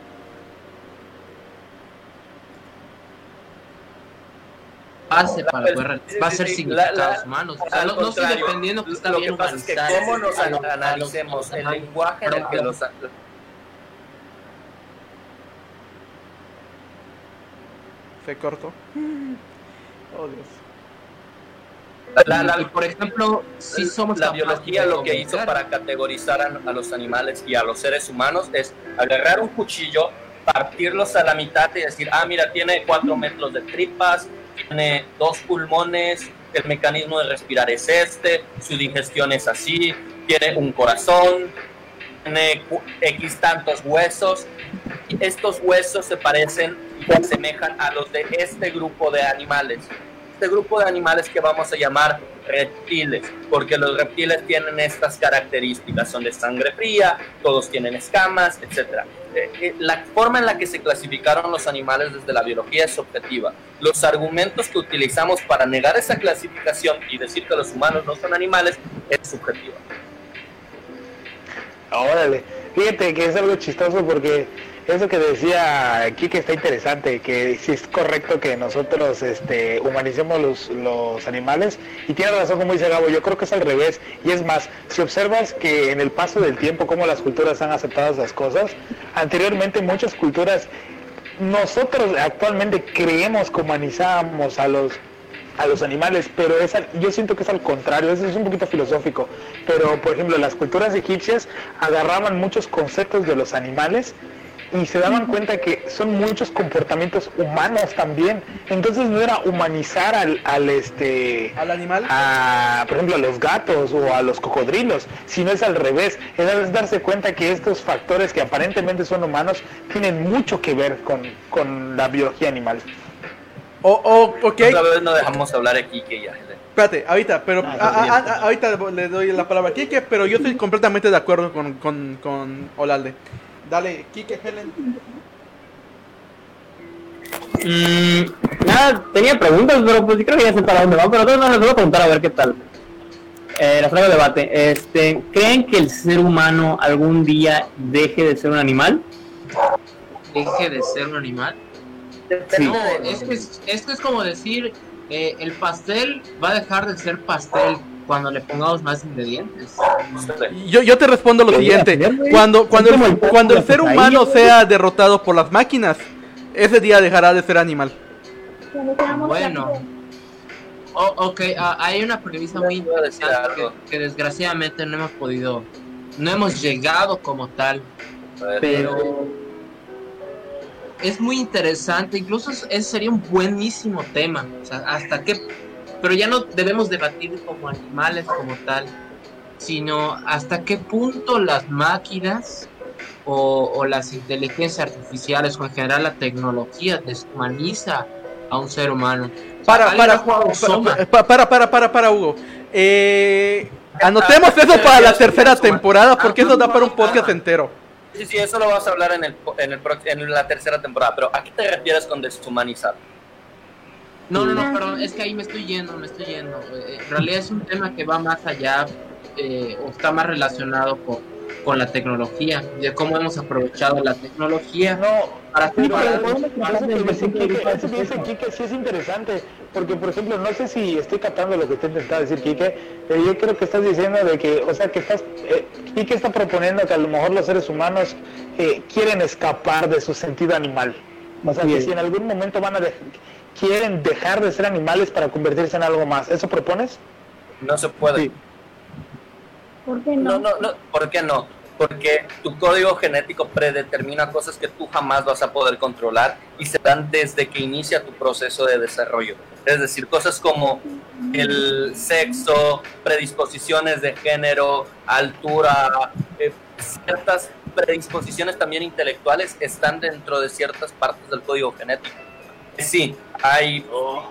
Base para Pues, poder sí, va a sí, ser sí, significados la- la- humanos. O sea, al no, no estoy contrario, defendiendo que está lo bien que pasa es que humanizar cómo nos a los- an- a los- analicemos a el los- lenguaje en el que los... Se cortó. Oh, Dios. La, la- y por ejemplo, si somos la capaces biología de lo que hizo comunicar, para categorizar a, a los animales y a los seres humanos es agarrar un cuchillo, partirlos a la mitad y decir, ah, mira, tiene cuatro metros de tripas, tiene dos pulmones, el mecanismo de respirar es este, su digestión es así, tiene un corazón, tiene cu- X tantos huesos. Y estos huesos se parecen y se asemejan a los de este grupo de animales. Este grupo de animales que vamos a llamar reptiles, porque los reptiles tienen estas características, son de sangre fría, todos tienen escamas, etcétera. Eh, eh, La forma en la que se clasificaron los animales desde la biología es objetiva. Los argumentos que utilizamos para negar esa clasificación y decir que los humanos no son animales es subjetiva. Órale, fíjate que es algo chistoso porque eso que decía aquí que está interesante, que sí es correcto que nosotros este, humanicemos los, los animales, y tiene razón como dice Gabo, yo creo que es al revés, y es más, si observas que en el paso del tiempo cómo las culturas han aceptado esas cosas, anteriormente muchas culturas, nosotros actualmente creemos que humanizábamos a los a los animales, pero es al- yo siento que es al contrario, eso es un poquito filosófico, pero por ejemplo las culturas egipcias agarraban muchos conceptos de los animales y se daban cuenta que son muchos comportamientos humanos también. Entonces no era humanizar al, al este al animal, a, por ejemplo a los gatos o a los cocodrilos, sino es al revés, es darse cuenta que estos factores que aparentemente son humanos tienen mucho que ver con, con la biología animal. O, o, ok. Otra vez no dejamos hablar aquí que ya. Espérate, ahorita, pero Ah, a- a- bien. a- ahorita le doy la palabra a Kike, pero yo estoy completamente de acuerdo con, con, con Olalde. Dale, Kike, Helen. Mm, nada, tenía preguntas, pero pues creo que ya sé para dónde va, pero entonces les voy a preguntar a ver qué tal. Eh, las traigo a debate. Este, ¿creen que el ser humano algún día deje de ser un animal? Deje de ser un animal. Sí. No, es que es, esto es como decir, eh, el pastel va a dejar de ser pastel cuando le pongamos más ingredientes. Yo, yo te respondo lo siguiente. Cuando, cuando, el, cuando el ser humano sea derrotado por las máquinas, ese día dejará de ser animal. Cuando seamos Bueno. rápidos. Oh, ok, ah, hay una premisa muy Iba a decir interesante que, algo. que desgraciadamente no hemos podido, no hemos llegado como tal, A ver, pero es muy interesante, incluso es- ese sería un buenísimo tema, o sea, hasta qué, pero ya no debemos debatir como animales como tal, sino hasta qué punto las máquinas o, o las inteligencias artificiales o en general la tecnología deshumaniza a un ser humano. O sea, Para, ¿alguien para, ha jugado Soma? para, para, para, para, para, Hugo. Eh, anotemos eso para la tercera temporada, porque eso da para un podcast entero. Sí, sí, eso lo vas a hablar en, el, en, el, prox- en la tercera temporada, pero ¿a qué te refieres con deshumanizar? No, no, no, perdón, es que ahí me estoy yendo, me estoy yendo. Eh, En realidad es un tema que va más allá eh, o está más relacionado con, con la tecnología, de cómo hemos aprovechado la tecnología No, para hacer pero para- eso que dice Kike, eso que dice Kike sí es interesante, porque por ejemplo, no sé si estoy captando lo que está intentando decir Kike, pero yo creo que estás diciendo de que, o sea, que estás, eh, Kike está proponiendo que a lo mejor los seres humanos eh, quieren escapar de su sentido animal, o sea, que si en algún momento van a de- quieren dejar de ser animales para convertirse en algo más, ¿eso propones? No se puede. Sí. ¿Por qué No, no? no, no. ¿Por qué no? Porque tu código genético predetermina cosas que tú jamás vas a poder controlar y se dan desde que inicia tu proceso de desarrollo. Es decir, cosas como el sexo, predisposiciones de género, altura, eh, ciertas predisposiciones también intelectuales están dentro de ciertas partes del código genético. Sí, hay,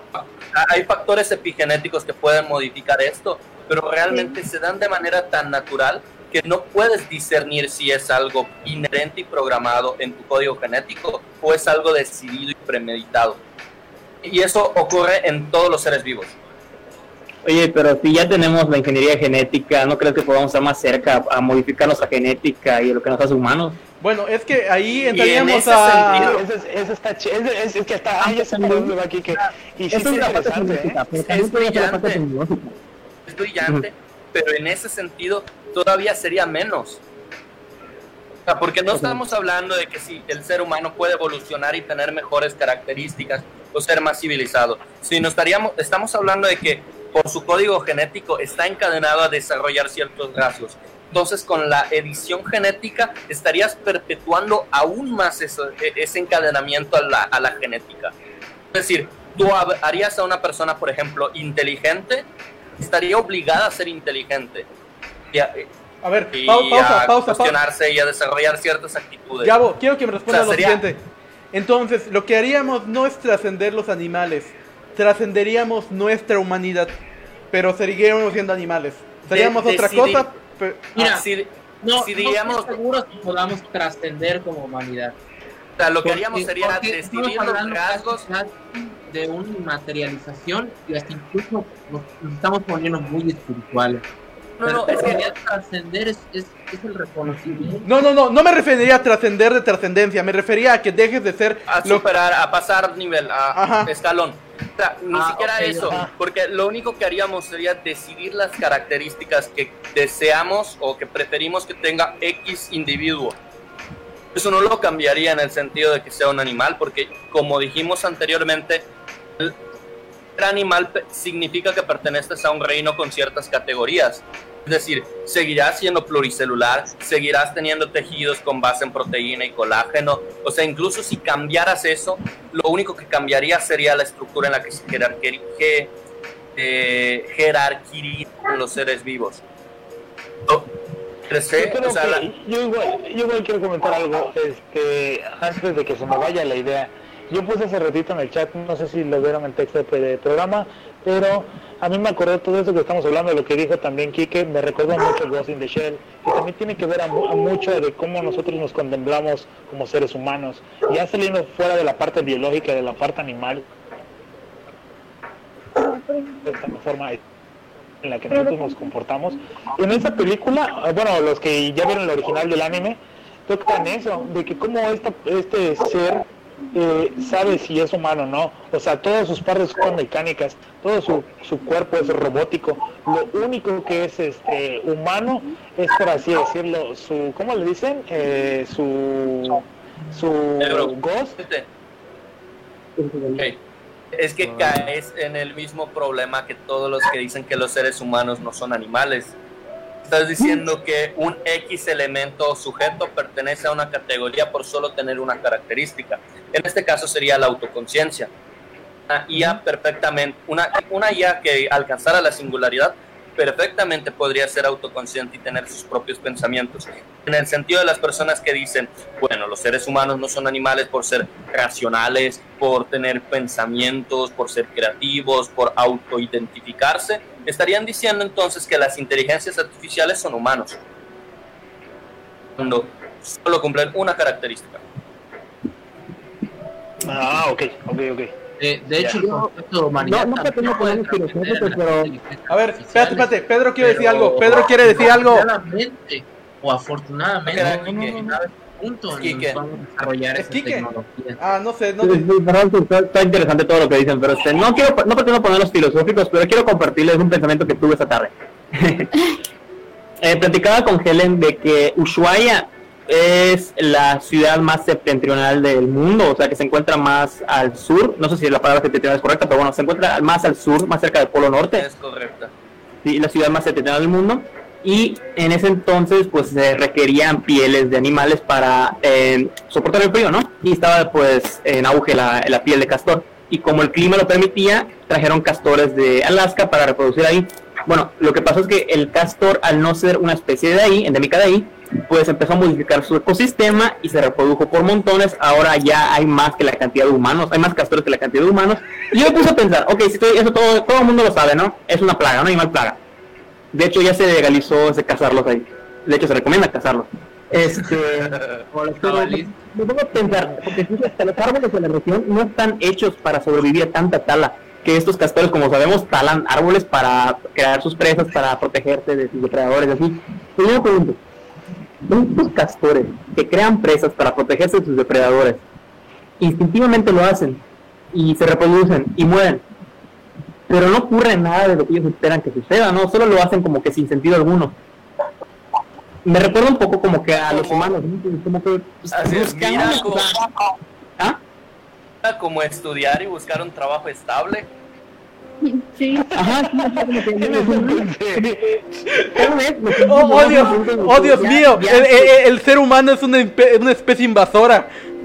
hay factores epigenéticos que pueden modificar esto, pero realmente se dan de manera tan natural que no puedes discernir si es algo inherente y programado en tu código genético o es algo decidido y premeditado. Y eso ocurre en todos los seres vivos. Oye, pero si ya tenemos la ingeniería genética, ¿no crees que podamos estar más cerca a modificar nuestra genética y lo que nos hace humanos? Bueno, es que ahí en entraríamos ese a... sentido, Eso, es, eso está ch- es, es, es que está, ay, ya sé por dónde va Kike, y sí Eso es es la parte interesante, ¿eh? genética, pero Es también puede ser la parte brillante. tecnológica. es brillante, pero en ese sentido todavía sería menos. O sea, porque no estamos hablando de que si el ser humano puede evolucionar y tener mejores características o ser más civilizado, sino estaríamos, estamos hablando de que por su código genético está encadenado a desarrollar ciertos rasgos. Entonces, con la edición genética estarías perpetuando aún más eso, ese encadenamiento a la, a la genética. Es decir, tú hab- harías a una persona, por ejemplo, inteligente, estaría obligada a ser inteligente y a, A ver, y pau- pausa, a pausa, pausa. cuestionarse y a desarrollar ciertas actitudes. Gabo, quiero que me respondas O sea, lo sería- siguiente. Entonces, lo que haríamos no es trascender los animales, trascenderíamos nuestra humanidad, pero seguiríamos siendo animales. Seríamos De- otra decidir- cosa. pe- Mira, Ah, si, No, si no diríamos, estoy seguro si podamos trascender como humanidad. o sea, lo que Porque- haríamos sería porque decidir estamos los hablando rasgos. casi de una materialización y hasta incluso nos, nos estamos poniendo muy espirituales. No, Pero no, es en que realidad trascender es, es, es el reconocimiento. No, no, no, no me refería a trascender de trascendencia, me refería a que dejes de ser a lo superar, a pasar nivel, a Ajá. escalón. O sea, ni Ah, siquiera ok, eso, ajá. porque lo único que haríamos sería decidir las características que deseamos o que preferimos que tenga X individuo. Eso no lo cambiaría en el sentido de que sea un animal, porque como dijimos anteriormente, el ser animal pe- significa que perteneces a un reino con ciertas categorías. Es decir, seguirás siendo pluricelular, seguirás teniendo tejidos con base en proteína y colágeno. O sea, incluso si cambiaras eso, lo único que cambiaría sería la estructura en la que se jerarquir, que, eh, jerarquirizan los seres vivos. Oh, ¿crees que? Yo, O sea, que la- yo, igual, yo igual quiero comentar algo, este, antes de que se me vaya la idea. Yo puse hace ratito en el chat, no sé si lo vieron el texto del programa, pero a mí me acordó todo eso que estamos hablando, lo que dijo también Quique, me recordó mucho Ghost in the Shell, que también tiene que ver a, mu- a mucho de cómo nosotros nos contemplamos como seres humanos, ya saliendo fuera de la parte biológica, de la parte animal, de esta forma en la que nosotros nos comportamos. En esa película, eh, bueno, los que ya vieron el original del anime, tocan eso, de que cómo esta, este ser eh, sabe si es humano o no. O sea, todas sus partes son mecánicas, todo su, su cuerpo es robótico. Lo único que es este humano es, por así decirlo, su, ¿cómo le dicen? Eh, su, su Negro. ghost. Ok. Es que caes en el mismo problema que todos los que dicen que los seres humanos no son animales. Estás diciendo que un X elemento o sujeto pertenece a una categoría por solo tener una característica. En este caso sería la autoconciencia. Una I A perfectamente, una, una I A que alcanzara la singularidad perfectamente podría ser autoconsciente y tener sus propios pensamientos. En el sentido de las personas que dicen, bueno, los seres humanos no son animales por ser racionales, por tener pensamientos, por ser creativos, por autoidentificarse, estarían diciendo entonces que las inteligencias artificiales son humanos, cuando solo cumplen una característica. Ah, ok, ok, ok. De, de hecho, el concepto de humanidad No, no pretendo ponernos filosóficos, pero... A ver, espérate, espérate, Pedro quiere decir algo, Pedro quiere decir algo. Afortunadamente, o afortunadamente, Espera, no, no, Quique. no, no, punto en el Quique. que vamos a desarrollar ¿Es esa Quique? tecnología. Ah, no sé, no Sí, sé. sí, perdón, está, está interesante todo lo que dicen, pero este, no quiero, no pretendo ponerlos filosóficos, pero quiero compartirles un pensamiento que tuve esta tarde. eh, platicaba con Helen de que Ushuaia es la ciudad más septentrional del mundo, o sea que se encuentra más al sur, no sé si la palabra septentrional es correcta, pero bueno, se encuentra más al sur, más cerca del Polo Norte. Es correcta. Sí, la ciudad más septentrional del mundo, y en ese entonces pues se requerían pieles de animales para eh, soportar el frío, ¿no? Y estaba pues en auge la, la piel de castor, y como el clima lo permitía, trajeron castores de Alaska para reproducir ahí. Bueno, lo que pasó es que el castor, al no ser una especie de ahí, endémica de ahí, pues empezó a modificar su ecosistema y se reprodujo por montones. Ahora ya hay más que la cantidad de humanos, hay más castores que la cantidad de humanos. Y yo me puse a pensar, ok, si estoy, eso todo, todo el mundo lo sabe, ¿no? Es una plaga, un animal plaga. De hecho ya se legalizó ese cazarlos ahí. De hecho se recomienda cazarlos. Este, pero me, me pongo a pensar, porque si hasta los árboles de la región no están hechos para sobrevivir a tanta tala, que estos castores, como sabemos, talan árboles para crear sus presas, para protegerse de sus depredadores, así. Pero yo me pregunto, estos castores que crean presas para protegerse de sus depredadores, instintivamente lo hacen, y se reproducen, y mueren, pero no ocurre nada de lo que ellos esperan que suceda, ¿no? Solo lo hacen como que sin sentido alguno. Me recuerda un poco como que a los humanos, ¿no? Como que pues, Así es, buscan mira una como, cosa. ¿Ah? como estudiar y buscar un trabajo estable. Sí. Ajá, sí, así como que- ¿Cómo ves? Lo que- Oh, oh, Dios, oh, Dios Ya- mío, ya- el, el- el ser humano es una, espe- una especie invasora.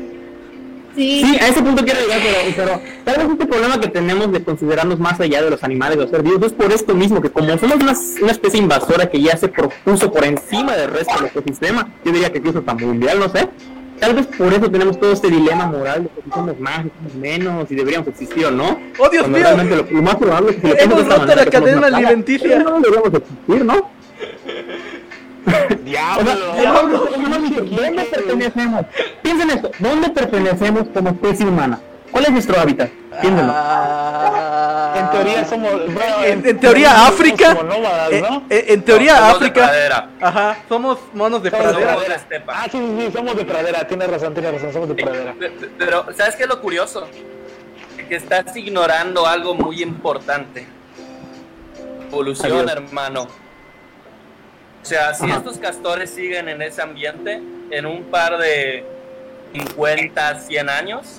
Sí. Sí, a ese punto quiero llegar, pero, pero tal vez este problema que tenemos de considerarnos más allá de los animales, de los seres vivos, es por esto mismo, que como somos una, una especie invasora que ya se propuso por encima del resto del ecosistema, yo diría que incluso hasta mundial, no sé, tal vez por eso tenemos todo este dilema moral de que si somos más, si somos menos, y deberíamos existir o no. ¡Oh, Dios Cuando mío! realmente lo, lo más probable es que si lo Hemos piensas de esta roto manera, la que somos cadena una plaga, alimenticia. No deberíamos existir, ¿no? Diablo. Diablo, ¿dónde pertenecemos? Piensen esto, ¿dónde pertenecemos como especie humana? ¿Cuál es nuestro hábitat? Piénsenlo. Ah, En teoría somos, bueno, En, en teoría somos África, como nómadas, eh, ¿no? eh, en teoría Somos de África, pradera. ajá, somos monos de Somos pradera. Somos de la estepa. Ah, sí, sí, sí, somos de pradera, tienes razón, tienes razón, somos de pradera. Pe- pe- Pero, ¿sabes qué es lo curioso? Que estás ignorando algo muy importante. Evolución, hermano. O sea, si Ajá. estos castores siguen en ese ambiente, en un par de cincuenta, cien años,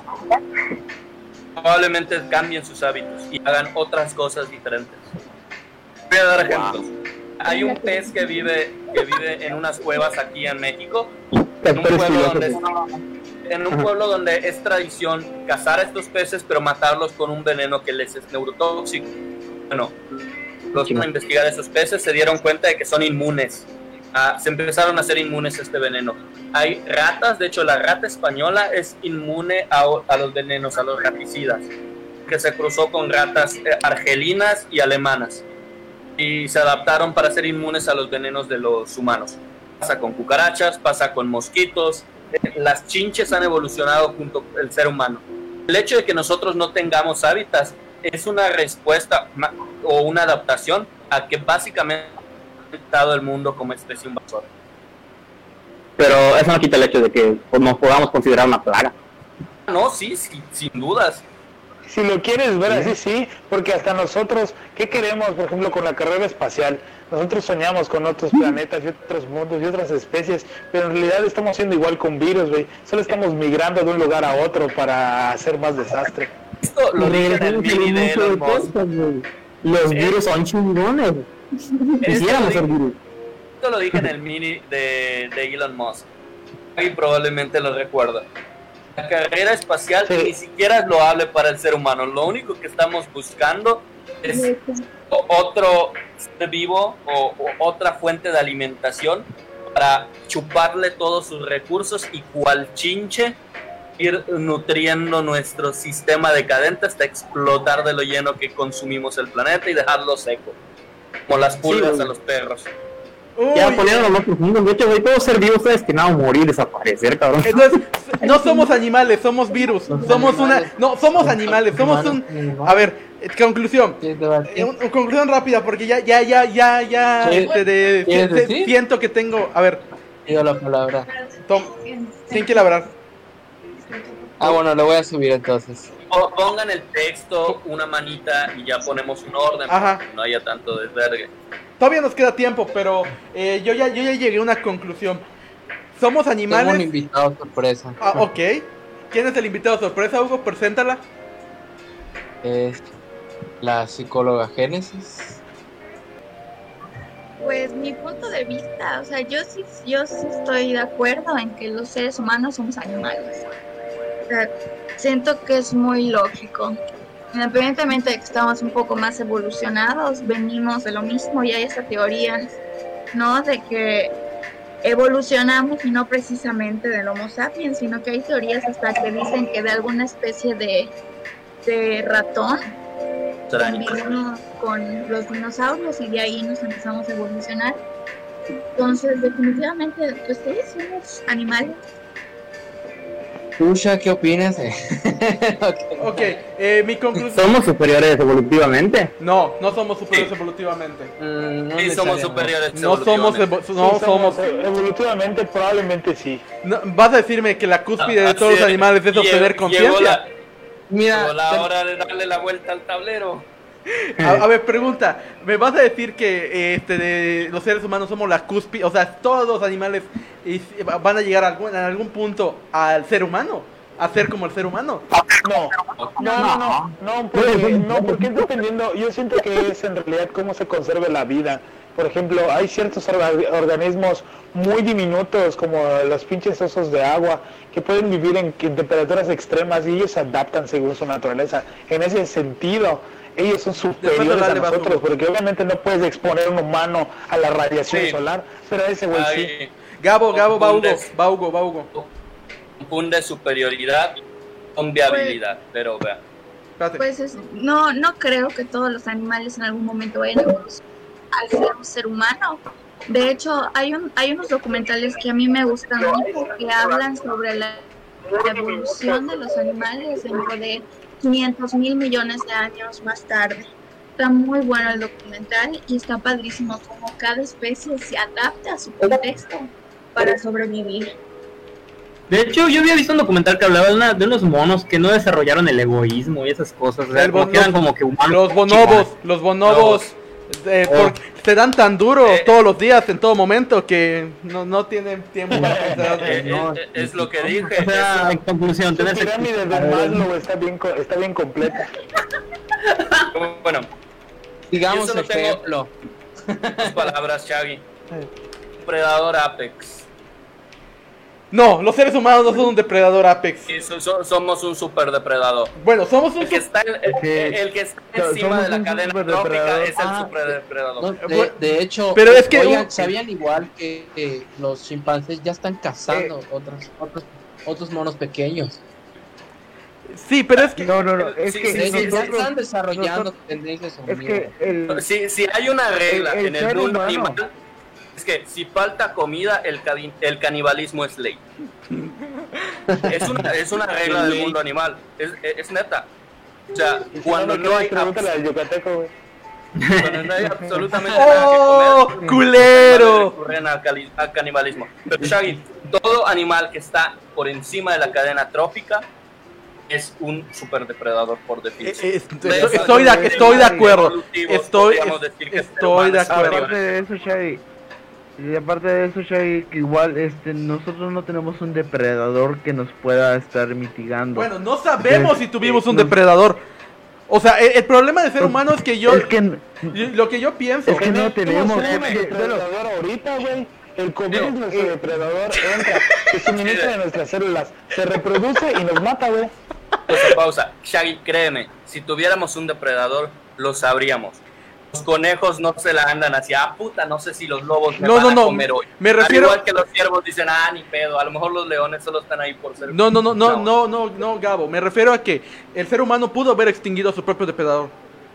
probablemente cambien sus hábitos y hagan otras cosas diferentes. Voy a dar ejemplos. hay un pez que vive, que vive en unas cuevas aquí en México, en un pueblo donde es, en un pueblo donde es tradición cazar a estos peces, pero matarlos con un veneno que les es neurotóxico. Bueno, los que van a investigar esos peces se dieron cuenta de que son inmunes. Ah, se empezaron a hacer inmunes a este veneno. Hay ratas, de hecho la rata española es inmune a, a los venenos, a los raticidas, que se cruzó con ratas eh, argelinas y alemanas y se adaptaron para ser inmunes a los venenos de los humanos. Pasa con cucarachas, pasa con mosquitos. Eh, las chinches han evolucionado junto con el ser humano. El hecho de que nosotros no tengamos hábitats es una respuesta o una adaptación a que básicamente todo el mundo como especie invasora. Pero eso no quita el hecho de que pues, nos podamos considerar una plaga. No, sí, sí, sin dudas. Si lo quieres ver así, sí, porque hasta nosotros, ¿qué queremos, por ejemplo, con la carrera espacial? Nosotros soñamos con otros planetas y otros mundos y otras especies, pero en realidad estamos haciendo igual con virus, güey. Solo estamos migrando de un lugar a otro para hacer más desastre. Esto lo dije en el mini de Elon Musk. Los virus son chingones. Quisiéramos ser virus. Esto lo dije en el mini de, de Elon Musk. Y probablemente lo recuerda. La carrera espacial sí. Ni siquiera es loable para el ser humano. Lo único que estamos buscando es otro ser vivo o, o otra fuente de alimentación para chuparle todos sus recursos y cual chinche ir nutriendo nuestro sistema decadente hasta explotar de lo lleno que consumimos el planeta y dejarlo seco, como las pulgas sí, a los perros. Uy. Ya poniéndolo más profundo, de hecho, güey, todo ser vivo está destinado a morir, desaparecer, cabrón. Entonces, no somos animales, somos virus. Somos una. No, somos animales, somos un. A ver, conclusión. Eh, un, conclusión rápida, porque ya, ya, ya, ya, ya. Este, de, se, se, siento que tengo. A ver. Digo la palabra. Tom, ¿quién quiere hablar? Ah, bueno, lo voy a subir entonces. O pongan el texto, una manita y ya ponemos un orden. Ajá. Para que no haya tanto desvergue. Todavía nos queda tiempo, pero eh, yo ya yo ya llegué a una conclusión. Somos animales. Tengo un invitado sorpresa. Ah, ok. ¿Quién es el invitado sorpresa, Hugo? Preséntala. Es la psicóloga Génesis. Pues mi punto de vista, o sea, yo sí, yo sí estoy de acuerdo en que los seres humanos somos animales. O sea, siento que es muy lógico. Independientemente de que estamos un poco más evolucionados, venimos de lo mismo y hay esa teoría, ¿no? De que evolucionamos y no precisamente del Homo sapiens, sino que hay teorías hasta que dicen que de alguna especie de, de ratón convivimos con los dinosaurios y de ahí nos empezamos a evolucionar. Entonces, definitivamente, pues sí, somos animales. Pusha, ¿qué opinas? okay. ok, eh, mi conclusión... ¿Somos superiores evolutivamente? No, no somos superiores sí. evolutivamente. Mm, no sí, somos superiores no somos, evo no sí, somos... somos... Evolutivamente, probablemente sí. No, ¿vas a decirme que la cúspide ah, de todos los animales es obtener conciencia? Mira, llegó la hora de darle la vuelta al tablero. A, a ver, pregunta, ¿me vas a decir que este de los seres humanos somos la cúspide, o sea, todos los animales y, van a llegar a algún, a algún punto al ser humano, a ser como el ser humano? No, no, no, no, no, porque, no, porque es dependiendo, yo siento que es en realidad cómo se conserva la vida. Por ejemplo, hay ciertos organismos muy diminutos como los pinches osos de agua que pueden vivir en, en temperaturas extremas y ellos se adaptan según su naturaleza. En ese sentido, ellos son superiores a nosotros, porque obviamente no puedes exponer un humano a la radiación sí. solar, pero ese güey sí. Gabo, Gabo, Baugo, Baugo, Baugo. Confunde superioridad con viabilidad, pues, pero vea. Pues es, no, no creo que todos los animales en algún momento vayan a evolucionar al ser un ser humano. De hecho, hay un, hay unos documentales que a mí me gustan mucho que hablan sobre la, la evolución de los animales dentro de quinientos mil millones de años más tarde. Está muy bueno el documental y está padrísimo como cada especie se adapta a su contexto para sobrevivir. De hecho, yo había visto un documental que hablaba de, una, de unos monos que no desarrollaron el egoísmo y esas cosas, o sea, como que eran como que humanos. Los bonobos, los bonobos eh, oh. por, se dan tan duro eh, todos los días, en todo momento, que no, no tienen tiempo para pensar. Eh, no, es, es lo que dije. O sea, en conclusión, la pirámide de Maslow está bien, está bien completa. Bueno, digamos no ejemplo. Dos palabras, Shaggy. Predador Apex. No, los seres humanos no son un depredador Apex. Sí, so- so- somos un super depredador. Bueno, somos un El que su- está, en- el, Sí. el que está So- encima somos de la un cadena superdepredador. trófica es el Ah, superdepredador. No, Eh, de, bueno, de hecho, pero es que oigan, un- ¿sabían igual que, que los chimpancés ya están cazando Eh. otros, otros, otros monos pequeños? Sí, pero es que No, no, no, es Sí, que sí, De sí, hecho, ya nosotros- están desarrollando nosotros- tendencias es que omnívoras. el, Si, si hay una regla El- el en el ser mundo humano. animal, es que si falta comida, el, cadi- el canibalismo es ley. Es una, es una regla del mundo animal. Es, es, es neta. O sea, Y si cuando no, no hay, pregúntale al yucateco, güey. cuando no hay absolutamente nada que ¡Oh, comer, culero! los animales recurren al, cali- al canibalismo. Pero Shaggy, todo animal que está por encima de la cadena trófica es un superdepredador por Eh, definición. eh, estoy, estoy de, estoy de acuerdo. Estoy, Podríamos decir que el ser estoy humano de es acuerdo. superior. aparte de eso, Shaggy, y aparte de eso, Shaggy, que igual este nosotros no tenemos un depredador que nos pueda estar mitigando. Bueno, no sabemos Es- si tuvimos un no- depredador. O sea, el, el problema del ser humano es que yo, es que n- yo- lo que yo pienso, es que no tenemos, un es que- depredador ahorita, güey. El COVID Pero, es nuestro eh, depredador, entra, se suministra de nuestras células, se reproduce y nos mata, güey. Pausa, pausa. Shaggy, créeme, si tuviéramos un depredador, lo sabríamos. Los conejos no se la andan hacia, ah, puta, no sé si los lobos me No, van no, a no, comer hoy. me Al refiero- igual que los ciervos dicen, ah, ni pedo, a lo mejor los leones solo están ahí por ser... no, no, no, no, no, no, no, Gabo, me refiero a que el ser humano pudo haber extinguido a su propio depredador.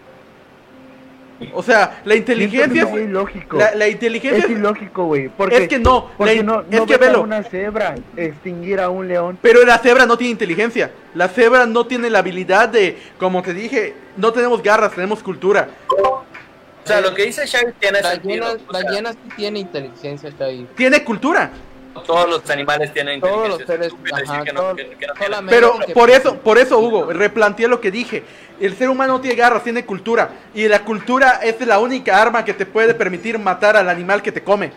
O sea, la inteligencia, siento que fue- es ilógico. la, la inteligencia Es ilógico, güey. Porque, Es que no, porque la- no, es no que ves a velo. una cebra extinguir a un león. Pero la cebra no tiene inteligencia. La cebra no tiene la habilidad de, como te dije, no tenemos garras, tenemos cultura. O sea, lo que dice Shaggy tiene La sentido. llena, O la sea, llena sí tiene inteligencia, está ahí. Tiene cultura. todos los animales tienen Todos inteligencia. los seres, es estúpido decir ajá, que no- todos- que- que no tienen. solamente Pero que- por eso, por eso, Hugo, replanteé lo que dije. El ser humano no tiene garras, tiene cultura. Y la cultura es la única arma que te puede permitir matar al animal que te come.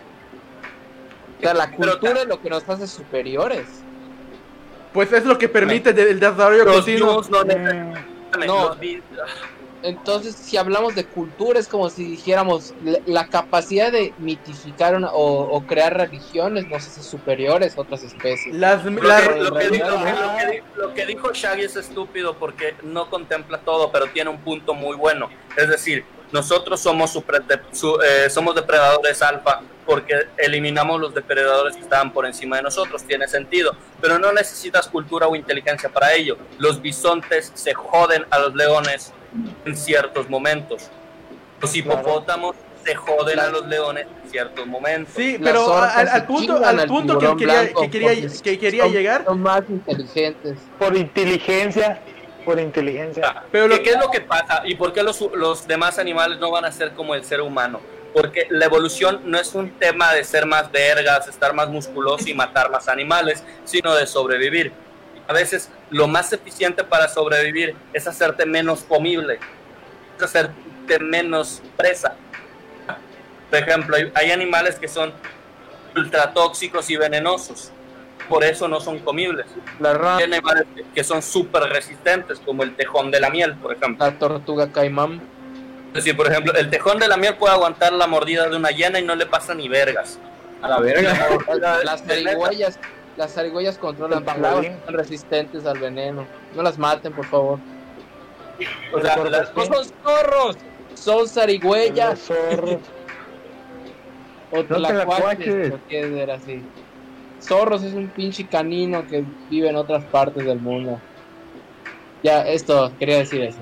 O sea, la Pero cultura ta- es lo que nos hace superiores. Pues es lo que permite de- el desarrollo Los continuo. views no necesariamente, No. los vi- Entonces, si hablamos de cultura, es como si dijéramos la, la capacidad de mitificar una- o, o crear religiones nos hace superiores a otras especies. Las, Lo la- que, lo que dijo, Ajá. lo que di- lo que dijo Shaggy es estúpido porque no contempla todo, pero tiene un punto muy bueno. Es decir, nosotros somos, super de- su- eh, somos depredadores alfa porque eliminamos los depredadores que estaban por encima de nosotros. Tiene sentido, pero no necesitas cultura o inteligencia para ello. Los bisontes se joden a los leones en ciertos momentos. Los hipopótamos se joden a los leones en ciertos momentos. sí, Las pero orcas al, se al punto, chingan al punto que tiburón quería, blanco que quería, porque que quería son- llegar. Son más inteligentes. Por inteligencia, por inteligencia. Pero lo ¿Qué, qué es lo que pasa? ¿Y por qué los, los demás animales no van a ser como el ser humano? Porque la evolución no es un tema de ser más vergas, estar más musculoso y matar más animales, sino de sobrevivir. A veces lo más eficiente para sobrevivir es hacerte menos comible, es hacerte menos presa. Por ejemplo, hay, hay animales que son ultratóxicos y venenosos, por eso no son comibles. La rana, Hay animales que- que son súper resistentes, como el tejón de la miel, por ejemplo. la tortuga caimán. Es decir, por ejemplo, el tejón de la miel puede aguantar la mordida de una hiena y no le pasa ni vergas. A la verga. La- Las de neta. zarigüeyas, las zarigüeyas controlan El plagas, pangolín. son resistentes al veneno. No las maten, por favor. O sea, las No cosas- son zorros, son zarigüeyas. Los zorros. O Son tlacuaches, tlacuaches. ¿por qué ser así? Zorros es un pinche canino que vive en otras partes del mundo. Ya, esto, quería decir eso.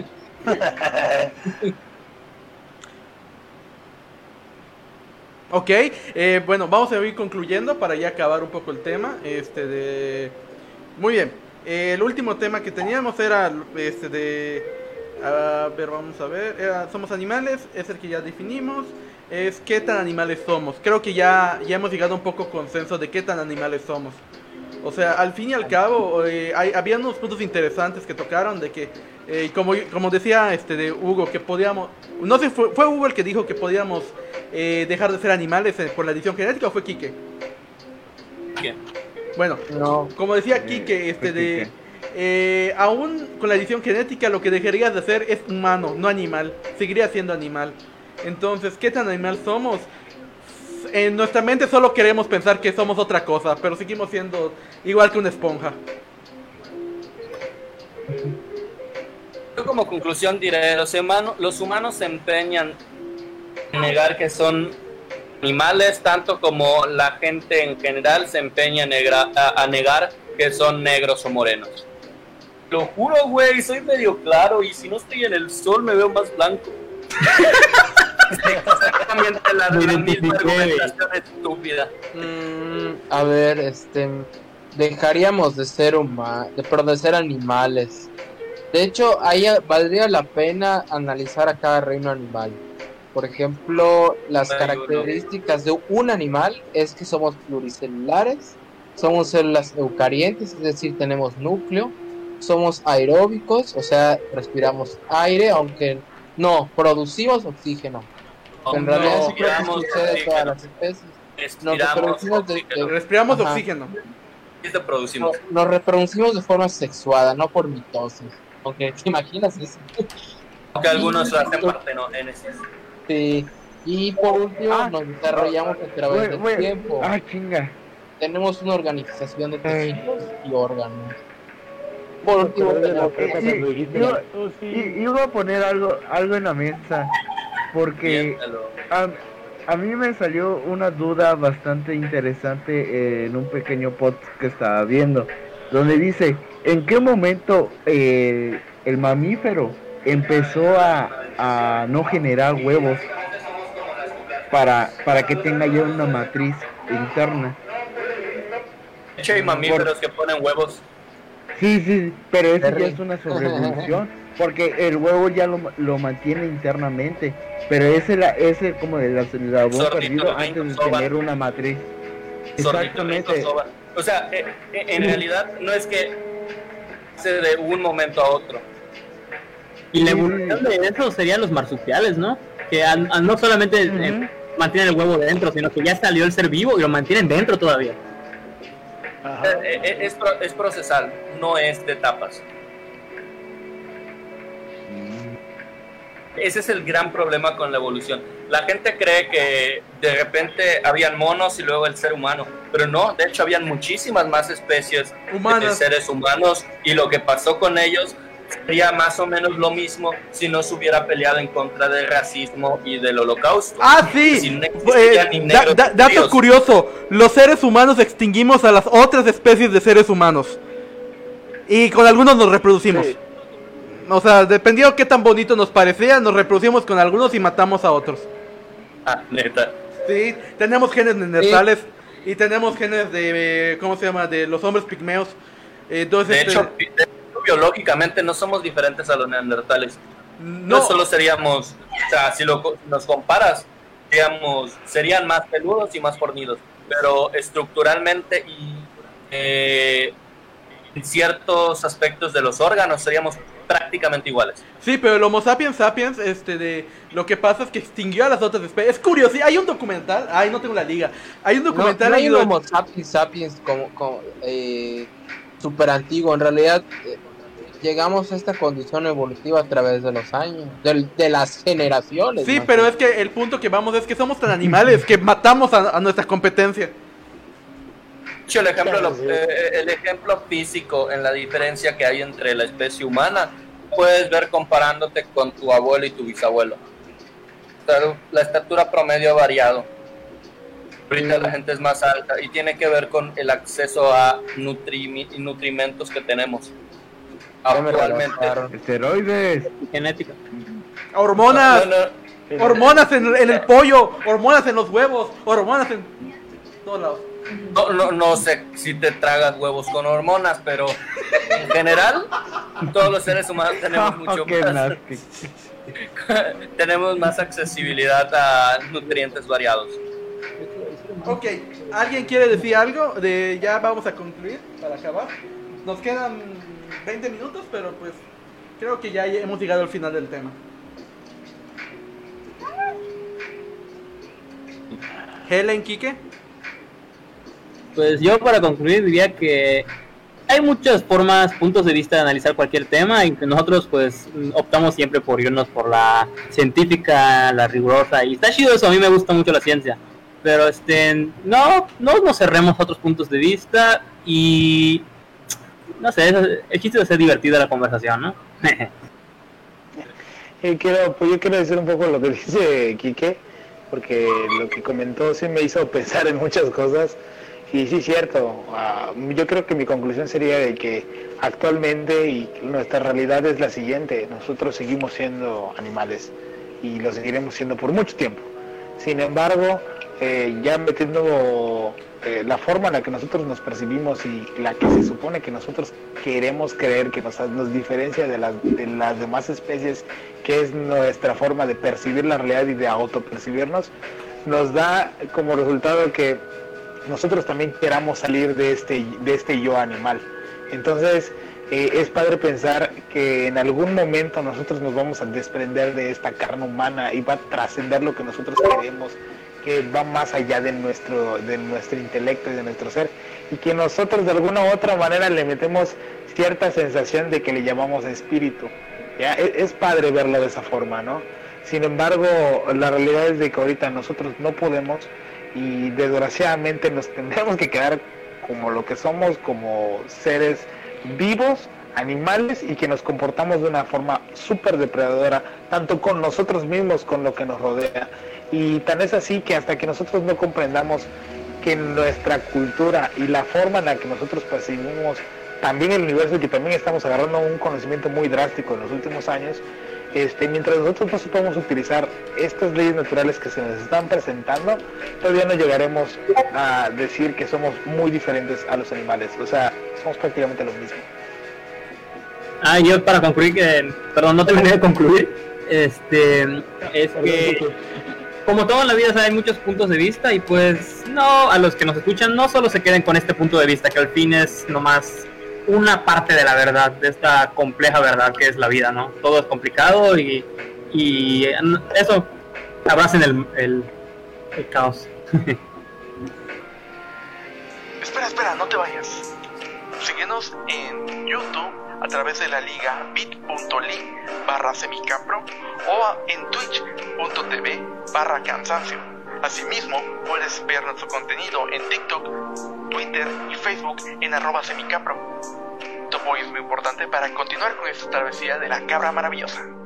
Ok, eh, bueno, vamos a ir concluyendo para ya acabar un poco el tema. Este de. Muy bien. Eh, el último tema que teníamos era este de. A ver, vamos a ver. Era, somos animales, es el que ya definimos. Es qué tan animales somos. Creo que ya, ya hemos llegado a un poco consenso de qué tan animales somos. O sea, al fin y al cabo, eh, hay, había unos puntos interesantes que tocaron de que, eh, como, como decía este de Hugo, que podíamos, no sé, fue, fue Hugo el que dijo que podíamos eh, dejar de ser animales eh, por la edición genética, o fue Quique. ¿Quién? Bueno, No, como decía Eh, Quique, este fue de, Quique. eh, aún con la edición genética lo que dejarías de ser es humano, no animal, seguirías siendo animal. Entonces, ¿qué tan animal somos? En nuestra mente solo queremos pensar que somos otra cosa, pero seguimos siendo igual que una esponja. Yo como conclusión diré, los humanos, los humanos se empeñan en negar que son animales, tanto como la gente en general se empeña a, negra, a, a negar que son negros o morenos. Lo juro, güey, soy medio claro y si no estoy en el sol me veo más blanco. Exactamente la, la misma argumentación estúpida. Mm, a ver, este, dejaríamos de ser humanos, de, perdón, de ser animales. De hecho, ahí valdría la pena analizar a cada reino animal. Por ejemplo, las Ay, características de un animal es que somos pluricelulares, somos células eucarientes, es decir, tenemos núcleo, somos aeróbicos, o sea, respiramos aire, aunque no, producimos oxígeno. Oh, en realidad no, sí creo que respiramos sucede en todas oxígeno. las especies. Nos Respiramos reproducimos de, oxígeno. de- Respiramos Ajá. oxígeno. ¿Qué te producimos? nos, nos reproducimos de forma sexuada, no por mitosis. Aunque, ¿te imaginas eso? Aunque algunos hacen partenogénesis. Sí. Y por último, Ah, nos desarrollamos a través Güey, del güey, tiempo. Ah, chinga. Tenemos una organización de Ay. tejidos y órganos. Por último, Pero de la tenemos- prepa Y- cuando dijiste, yo- "Oh, sí". Y iba a poner algo, algo en la mesa. Porque Piénsalo. a, a mí me salió una duda bastante interesante en un pequeño podcast que estaba viendo. Donde dice, ¿en qué momento eh, el mamífero empezó a, a no generar huevos para, para que tenga ya una matriz interna? De hecho, hay mamíferos que ponen huevos. Sí, sí, pero eso ya Terry. es una sobreevolución, porque el huevo ya lo, lo mantiene internamente, pero ese la ese como de la eslabón Sordito perdido de antes de Ringo Soba. tener una matriz. Sordito, Exactamente. rico, soba. O sea, eh, eh, en realidad no es que se de un momento a otro. Y la evolución de eso serían los marsupiales, ¿no? Que al- al no solamente eh, Ujú. mantienen el huevo dentro, sino que ya salió el ser vivo y lo mantienen dentro todavía. Ajá. Eh, eh, es, pro- es procesal, no es de etapas. Ese es el gran problema con la evolución. La gente cree que de repente habían monos y luego el ser humano, pero no, de hecho habían muchísimas más especies de Humanas. seres humanos y lo que pasó con ellos sería más o menos lo mismo si no se hubiera peleado en contra del racismo y del holocausto. Ah, sí. Si no Eh, existían ni da- negros da- ni dato judíos. curioso. Los seres humanos extinguimos a las otras especies de seres humanos. Y con algunos nos reproducimos. Sí. O sea, dependiendo qué tan bonito nos parecía, nos reproducimos con algunos y matamos a otros. Ah, neta. Sí, tenemos genes neandertales y tenemos genes de, eh, ¿cómo se llama? De los hombres pigmeos. Eh, Entonces, De este, hecho, bi- de hecho, biológicamente no somos diferentes a los neandertales. No, no, solo seríamos, o sea, si lo, co- nos comparas, digamos, serían más peludos y más fornidos, pero estructuralmente y eh, en ciertos aspectos de los órganos seríamos prácticamente iguales. sí, pero el Homo sapiens sapiens, este, de, lo que pasa es que extinguió a las otras especies. Es curioso, sí, hay un documental, ay, no tengo la liga, hay un No, documental no ahí hay un donde- Homo sapiens sapiens como, como eh, super antiguo. En realidad, eh, llegamos a esta condición evolutiva a través de los años, del- de, las generaciones. Sí, más pero bien. es que el punto que vamos es que somos tan animales que matamos a, a nuestra competencia. De hecho, el ejemplo, lo- eh, el ejemplo físico en la diferencia que hay entre la especie humana, puedes ver comparándote con tu abuelo y tu bisabuelo. O sea, la estatura promedio ha variado. Ahorita la gente es más alta y tiene que ver con el acceso a nutrimi- nutrimentos que tenemos Ya me actualmente. rebasaron. Esteroides. Genética. Hormonas, No, no, hormonas en, en el pollo, hormonas en los huevos, hormonas en todos lados. no, no, no sé si te tragas huevos con hormonas, pero en general todos los seres humanos tenemos mucho Qué más, nasty. tenemos más accesibilidad a nutrientes variados. Ok, ¿alguien quiere decir algo? De ya vamos a concluir para acabar. Nos quedan veinte minutos, pero pues creo que ya hemos llegado al final del tema. Helen, Kike. Pues yo para concluir diría que hay muchas formas, puntos de vista de analizar cualquier tema, y nosotros pues optamos siempre por irnos por la científica, la rigurosa, y está chido eso, a mí me gusta mucho la ciencia, pero este no, no nos cerremos a otros puntos de vista, y no sé, el chiste de hacer divertida la conversación, ¿no? Y quiero, pues yo quiero decir un poco lo que dice Quique, porque lo que comentó sí me hizo pensar en muchas cosas. Y sí, cierto, uh, yo creo que mi conclusión sería de que actualmente y nuestra realidad es la siguiente: nosotros seguimos siendo animales y lo seguiremos siendo por mucho tiempo. Sin embargo, eh, ya metiendo eh, la forma en la que nosotros nos percibimos y la que se supone que nosotros queremos creer que nos, nos diferencia de las, de las demás especies, que es nuestra forma de percibir la realidad y de autopercibirnos, nos da como resultado que nosotros también queramos salir de este, de este yo animal. Entonces eh, es padre pensar que en algún momento nosotros nos vamos a desprender de esta carne humana y va a trascender lo que nosotros queremos, que va más allá de nuestro, de nuestro intelecto y de nuestro ser, y que nosotros de alguna u otra manera le metemos cierta sensación de que le llamamos espíritu. ¿Ya? Es, es padre verlo de esa forma, ¿no? Sin embargo, la realidad es de que ahorita nosotros no podemos, y desgraciadamente nos tendremos que quedar como lo que somos, como seres vivos, animales, y que nos comportamos de una forma súper depredadora, tanto con nosotros mismos, con lo que nos rodea. Y tan es así que hasta que nosotros no comprendamos que nuestra cultura y la forma en la que nosotros percibimos también el universo, y que también estamos agarrando un conocimiento muy drástico en los últimos años, Este, mientras nosotros no sepamos utilizar estas leyes naturales que se nos están presentando, todavía no llegaremos a decir que somos muy diferentes a los animales. O sea, somos prácticamente lo mismo. Ah, yo para concluir, que, perdón, no terminé de concluir, este, es que como todo en la vida, o sea, hay muchos puntos de vista, y pues no, a los que nos escuchan no solo se queden con este punto de vista, que al fin es nomás una parte de la verdad, de esta compleja verdad que es la vida, ¿no? Todo es complicado, y, y eso, abracen el, el, el caos. Espera, espera, no te vayas. Síguenos en YouTube a través de la liga bit.ly barra semicapro o en twitch.tv barra cansancio. Asimismo, puedes ver nuestro contenido en TikTok, Twitter y Facebook en arroba semicapro. Tu apoyo es muy importante para continuar con esta travesía de la cabra maravillosa.